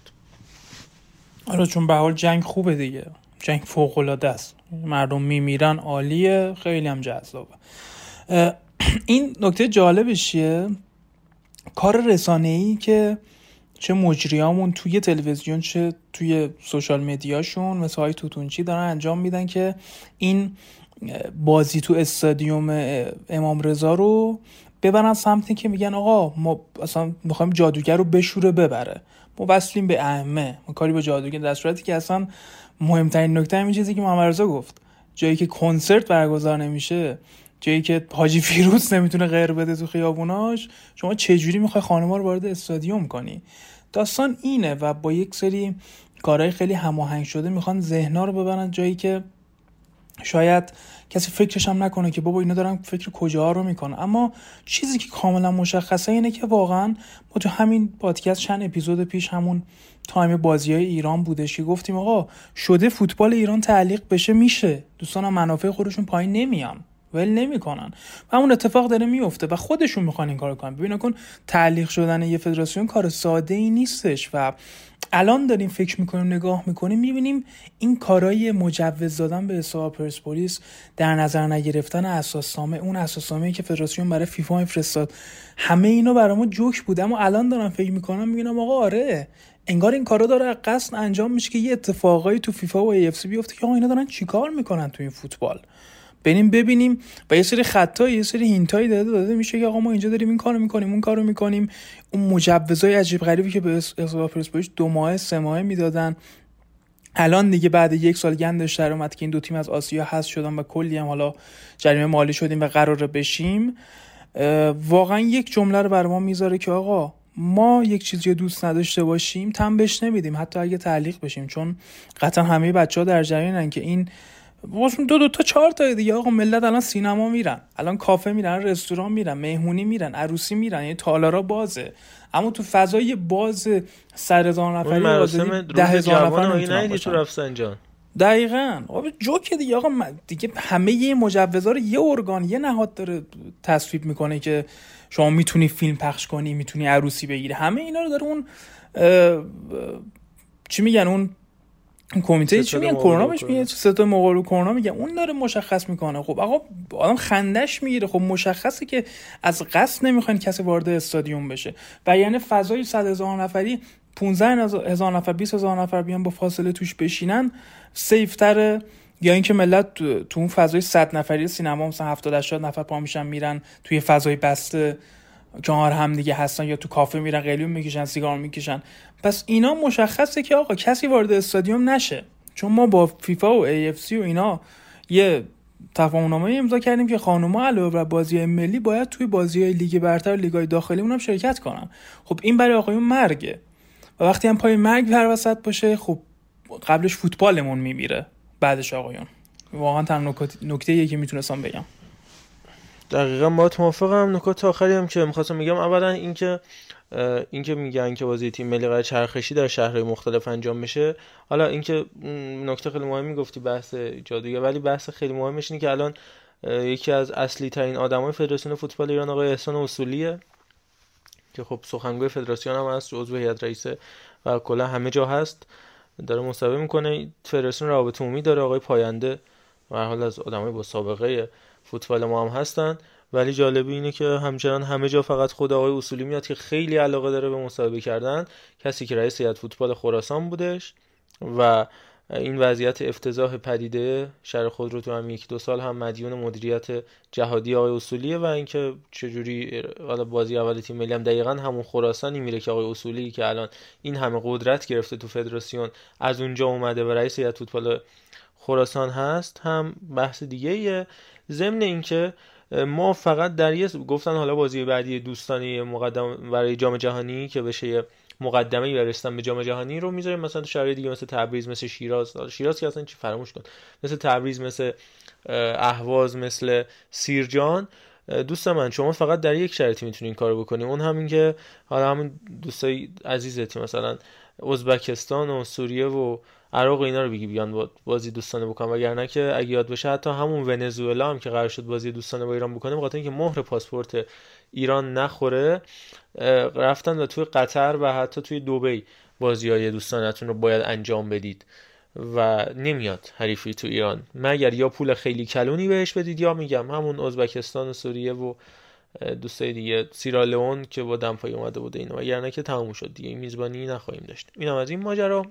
آره چون به حال جنگ خوبه دیگه، جنگ فوق العاده است، مردم میمیرن، عالیه، خیلی هم جذابه. این نکته جالبش چیه؟ کار رسانه‌ای که چه مجریامون توی تلویزیون چه توی سوشال مدیاشون مثل های توتونچی دارن انجام میدن که این بازی تو استادیوم امام رضا رو ببرن سمتی که میگن آقا ما اصلا میخوایم جادوگر رو بشوره ببره، ما وصلیم به ائمه، ما کاری با جادوگر، در صورتی که اصلا مهمترین نکته همین چیزی که محمد رضا گفت، جایی که کنسرت برگزار نمیشه، جایی که حاجی فیروز نمیتونه غیر بده تو خیابوناش، شما چجوری میخوای خانم‌ها رو وارد استادیوم کنی؟ داستان اینه و با یک سری کارهای خیلی هماهنگ شده میخوان ذهن‌ها رو ببرن جایی که شاید کسی فکرش هم نکنه که بابا اینا دارن فکر کجاها رو میکنن. اما چیزی که کاملا مشخصه اینه که واقعا ما تو همین پادکست چند اپیزود پیش همون تایم بازی‌های ایران بودش که گفتیم آقا شده فوتبال ایران تعلیق بشه میشه، دوستان هم منافع خودشون پایین نمیان، ول نمیکنن و همون اتفاق داره میفته و خودشون میخوان این کارو کنن. ببین کن تعلیق شدن یه فدراسیون کار ساده ای نیستش و الان داریم فکر میکنیم نگاه میکنیم میبینیم این کارای مجوز دادن به حساب پرسپولیس، در نظر نگرفتن اساسنامه، اون اساسنامه‌ای که فدراسیون برای فیفا میفرستاد، همه اینا برای ما جوک بود. اما الان دارم فکر میکنم میبینم آقا آره انگار این کارا داره قصد انجام میشه که یه اتفاقایی تو فیفا و ای اف سی بیفته که آقا اینا دارن چیکار میکنن تو این فوتبال. بریم ببینیم و یه سری خطا یه سری هینتایی داده داده میشه که آقا ما اینجا داریم این کارو میکنیم اون کارو میکنیم. اون مجوزای عجیب غریبی که به حساب پرسپولیس دو ماه سه ماه میدادن، الان دیگه بعد یک سال گندش در اومد که این دو تیم از آسیا حذف شدن و کلی هم حالا جریمه مالی شدیم و قراره بشیم. واقعا یک جمله رو برام میذاره که آقا ما یک چیزی دوست نداشته باشیم تم بهش نمیدیم، حتی اگه تعلیق بشیم، چون قطعا همه بچه‌ها در جریانن که این واسه دو دو تا چهار تا دیگه آقا ملت الان سینما میرن، الان کافه میرن، رستوران میرن، مهمونی میرن، عروسی میرن، یعنی تالارا بازه. اما تو فضای باز سر هزار نفری آزادی ده هزار نفر نمیتونن تو رفسنجان. دقیقاً آقا جوک دیگه، آقا دیگه همه یه مجوزا رو یه ارگان یه نهاد داره تصویب میکنه که شما میتونی فیلم پخش کنی، میتونی عروسی بگیری، همه اینا رو داره اون اه اه چی میگن اون کمیته چی میگن کرونا بهش میگه ستاد مقابل کرونا میگه اون داره مشخص میکنه. خب آقا آدم خندش میگیره. خب مشخصه که از قصد نمیخواین کسی وارد استادیوم بشه و یعنی فضای صد هزار نفری پانزده هزار نفر بیست هزار نفر بیان با فاصله توش بشینن سیف تره یا اینکه ملت تو اون فضای صد نفری سینما مثلا هفتاد هشتاد نفر پا میشن میرن توی فضای بسته کنار هم دیگه هستن یا تو کافه میرن قلیون میکشن سیگار میکشن. پس اینا مشخصه که آقا کسی وارد استادیوم نشه. چون ما با فیفا و ای اف سی و اینا یه تفاهم‌نامه امضا کردیم که خانوما علاوه بر بازی‌های ملی باید توی بازی‌های لیگ برتر و لیگ‌های داخلی اونم شرکت کنن. خب این برای آقایون مرگه و وقتی هم پای مرگ پر وسط باشه خب قبلش فوتبالمون میمیره بعدش آقایون. واقعا تنها نکته‌ایه که میتونستم بگم. دقیقاً با موافقم. نکات آخری هم که می‌خواستم بگم اولا اینکه اینکه میگن که بازی تیم ملی قرار چرخشی در شهرهای مختلف انجام بشه. حالا اینکه نکته خیلی مهمی گفتی بحث جادویی، ولی بحث خیلی مهمش اینه که الان یکی از اصلی ترین آدمای فدراسیون فوتبال ایران آقای احسان اصولیه که خب سخنگوی فدراسیون هم هست، عضو هیئت رئیسه و کلا همه جا هست، داره مصاحبه میکنه. فدراسیون روابط عمومی داره آقای پاینده و هر حال از آدمای با سابقه فوتبال ما هم هستن. ولی جالبی اینه که همچنان همه جا فقط خود آقای اصولی میاد که خیلی علاقه داره به مصاحبه کردن، کسی که رئیس هیئت فوتبال خراسان بودش و این وضعیت افتضاح پدیده شهر خود رو تو هم یک دو سال هم مدیون مدیریت جهادی آقای اصولیه و اینکه چجوری حالا بازی اول تیم ملی هم دقیقاً همون خراسانی میره که آقای اصولی که الان این همه قدرت گرفته تو فدراسیون از اونجا اومده و رئیس هیئت فوتبال خراسان هست هم بحث دیگه ایه. ضمن اینکه ما فقط در یه گفتن حالا بازی بعدی دوستانه مقدم برای جام جهانی که بشه یه مقدمه‌ای برسن به جام جهانی رو میذاریم مثلا تو شهرهای دیگه مثل تبریز، مثل شیراز، شیراز که اصلا چی فراموش کن، مثل تبریز، مثل اهواز، مثل سیرجان. دوست من شما فقط در یک شرایطی میتونین این کارو بکنی، اون همین که حالا همون دوستای عزیزتی مثلا ازبکستان و سوریه و عراق و اینا رو بگی بیان بازی دوستانه بکنن، وگرنه که اگه یاد بشه حتی همون ونزوئلا هم که قرار شد بازی دوستانه با ایران بکنه بخاطر اینکه مهر پاسپورت ایران نخوره رفتن و توی قطر و حتی توی دبی بازی‌های دوستانه‌تون رو باید انجام بدید و نمیاد حریفی تو ایران مگر یا پول خیلی کلونی بهش بدید یا میگم همون ازبکستان و سوریه و دوستای دیگه، سیرالئون که با دمپایی اومده بوده اینا، وگرنه که تموم شد دیگه، این میزبانی نخواهیم داشت. اینم از این ماجرا.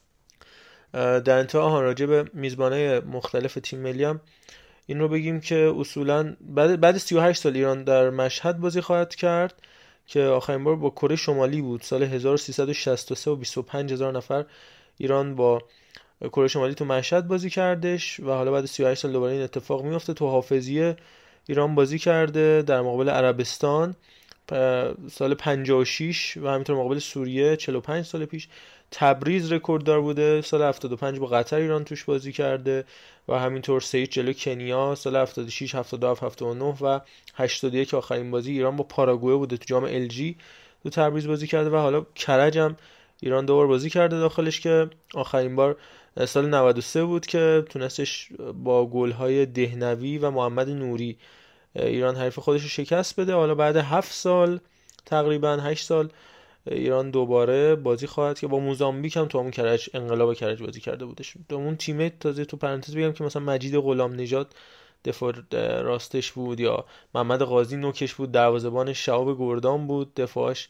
در انتها راجع به میزبانای مختلف تیم ملی هم این رو بگیم که اصولا بعد بعد سی و هشت سال ایران در مشهد بازی خواهد کرد که آخرین بار با کره شمالی بود سال هزار و سیصد و شصت و سه و بیست و پنج هزار نفر ایران با کره شمالی تو مشهد بازی کردش و حالا بعد سی و هشت سال دوباره این اتفاق میفته. تو حافظیه ایران بازی کرده در مقابل عربستان سال پنجاه و شش و همینطور مقابل سوریه چهل و پنج سال پیش. تبریز رکورددار بوده سال هفتاد و پنج با قطر ایران توش بازی کرده و همینطور سه جلو کنیا سال هفتاد و شش، هفتاد و هفت، هفتاد و نه و هشتاد و یک آخرین بازی ایران با پاراگوئه بوده تو جام ال جی تو تبریز بازی کرده و حالا کرج هم ایران دوبار بازی کرده داخلش که آخرین بار سال نود و سه بود که تونستش با گل‌های دهنوی و محمد نوری ایران حریف خودش رو شکست بده. حالا بعد هفت سال تقریبا هشت سال ایران دوباره بازی خواهد که با موزامبیک هم تو همون کرج انقلاب کرج بازی کرده بودش. اون تیمه تازه تو پرانتز بگم که مثلا مجید غلام نژاد دفاع راستش بود یا محمد قاضی نوکش بود، دروازه‌بان شهاب گردان بود، دفاعش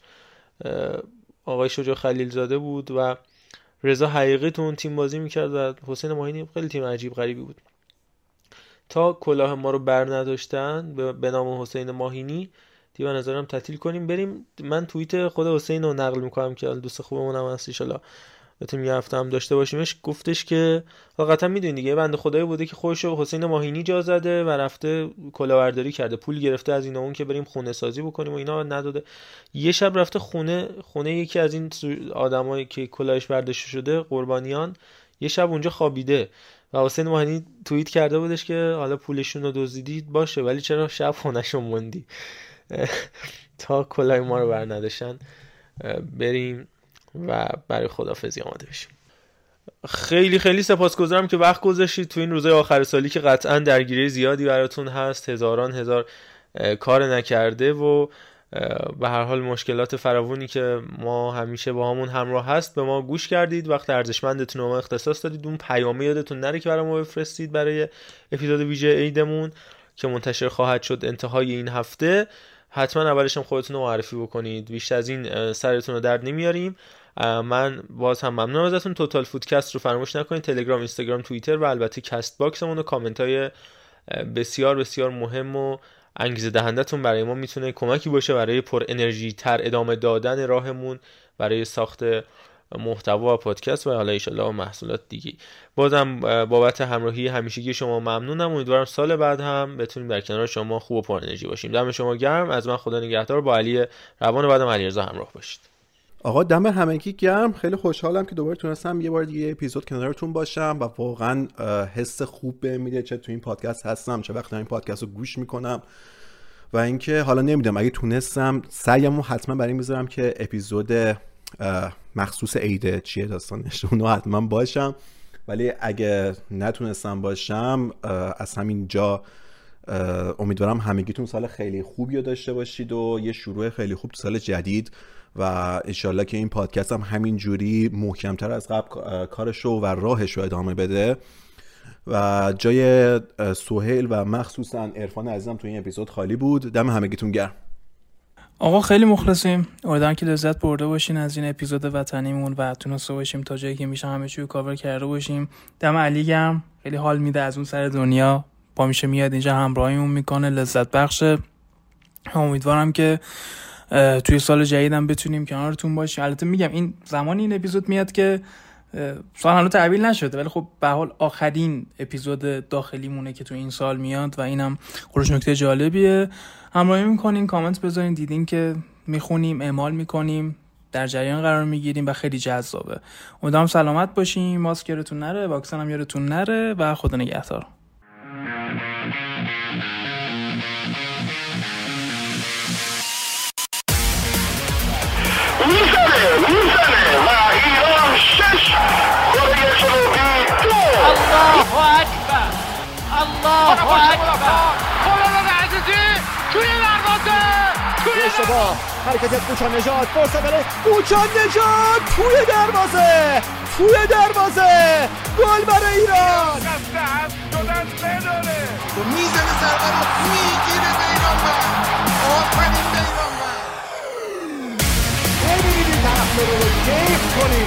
آقای شجاع خلیلزاده بود و رضا حقیقی تو اون تیم بازی میکرد و حسین ماهینی. خیلی تیم عجیب غریبی بود. تا کلاه ما رو بر نداشتن به نام حسین ماهینی دیگه به نظرم تعطیل کنیم بریم. من توییت خود حسین رو نقل میکنم که دوست خوبمون هم هست، ان شاءالله بتونیم یه هفته هم داشته باشیمش. گفتش که واقعا میدونید دیگه بنده خدایی بوده که خودش رو حسین ماهینی جا زده و رفته کلاهبرداری کرده، پول گرفته از اینا اون که بریم خونه سازی بکنیم و اینا نداده. یه شب رفته خونه خونه یکی از این آدمایی که کلاهش برداشته شده قربانیان، یه شب اونجا خوابیده و حسین ماهینی توییت کرده بودش که حالا پولشون رو دزدیدید باشه ولی چرا شب خونه‌شون موندی تا کلاه ما رو بر نداشتن. بریم و برای خدافظی آماده بشیم. خیلی خیلی سپاسگزارم که وقت گذاشتید تو این روزهای آخر سالی که قطعا درگیری زیادی براتون هست، هزاران هزار کار نکرده و به هر حال مشکلات فراوانی که ما همیشه با همون همراه هست به ما گوش کردید، وقت ارزشمندتون رو ما اختصاص دادید. اون پیامه یادتون نره که برای ما بفرستید برای اپیزود ویژه عیدمون که منتشر خواهد شد انتهای این هفته. حتما اولش هم خودتون رو معرفی بکنید، بیشتر از این سرتون رو درد نمیاریم. من باز هم ممنونم ازتون. توتال فودکست رو فراموش نکنید، تلگرام، اینستاگرام، توییتر و البته کست باکسمون و کامنت های بسیار بسیار مهم و انگیزه دهندتون برای ما میتونه کمکی باشه برای پر انرژی تر ادامه دادن راهمون برای ساخت محتوا و پادکست و حالا ان شاءالله محصولات دیگه. بازم بابت همراهی همیشگی شما ممنونم. امیدوارم سال بعد هم بتونیم در کنار شما خوب و پر انرژی باشیم. دم شما گرم. از من خدا نگهدار. با علی روان و بعدم علیرضا همراه باشید. آقا دم همگی گرم. خیلی خوشحالم که دوباره تونستم یه بار دیگه اپیزود کنارتون باشم و واقعا حس خوب بهم میده چه تو این پادکست هستم چه وقتی این پادکست رو گوش میکنم. و اینکه حالا نمیدونم اگه تونستم سعیمو حتما برای میذارم که اپیزود مخصوص عید چیه داستانش اونو حتما باشم، ولی اگه نتونستم باشم از همین جا امیدوارم همگیتون سال خیلی خوبی رو داشته باشید و یه شروع خیلی خوب تو سال جدید و انشالله که این پادکست هم همین جوری محکمتر از قبل کارشو و راهشو ادامه بده و جای سهیل و مخصوصا عرفان عزیزم تو این اپیزود خالی بود. دم همگیتون گرم. آقا خیلی مخلصیم، امیدوارم که لذت برده باشین از این اپیزود وطنیمون و تونسته باشیم تا جایی که میشه همه چی رو کاور کرده باشیم. دم علی گرم، خیلی حال میده از اون سر دنیا با میشه میاد اینجا همراهیمون میکنه، لذت بخشه. امیدوارم که توی سال جدیدم بتونیم کنارتون باشیم. البته میگم این زمان این اپیزود میاد که سال هنوز تحویل نشده، ولی خب به حال آخرین اپیزود داخلی مونه که تو این سال میاد و اینم خودش نکته جالبیه. همراهی میکنین، کامنت بذارین، دیدین که میخونیم، اعمال میکنیم، در جریان قرار میگیریم و خیلی جذابه. امیدوارم سلامت باشین، ماسک یارتون نره، واکسن هم یارتون نره و خدا نگهدار. میزنه میزنه و ایران شش کره جنوبی دو. الله اکبر الله اکبر. خالد عزیزی توی دروازه توی اشتباه حرکت کوچا نجات، فرصت برای کوچا نجات توی دروازه توی دروازه گل برای ایران. قصد حذف شدن بداره میزنه ضربه رو میگیره بیرانوند. آفرین بیرانوند. ببینید این طرف رو کیف کنید.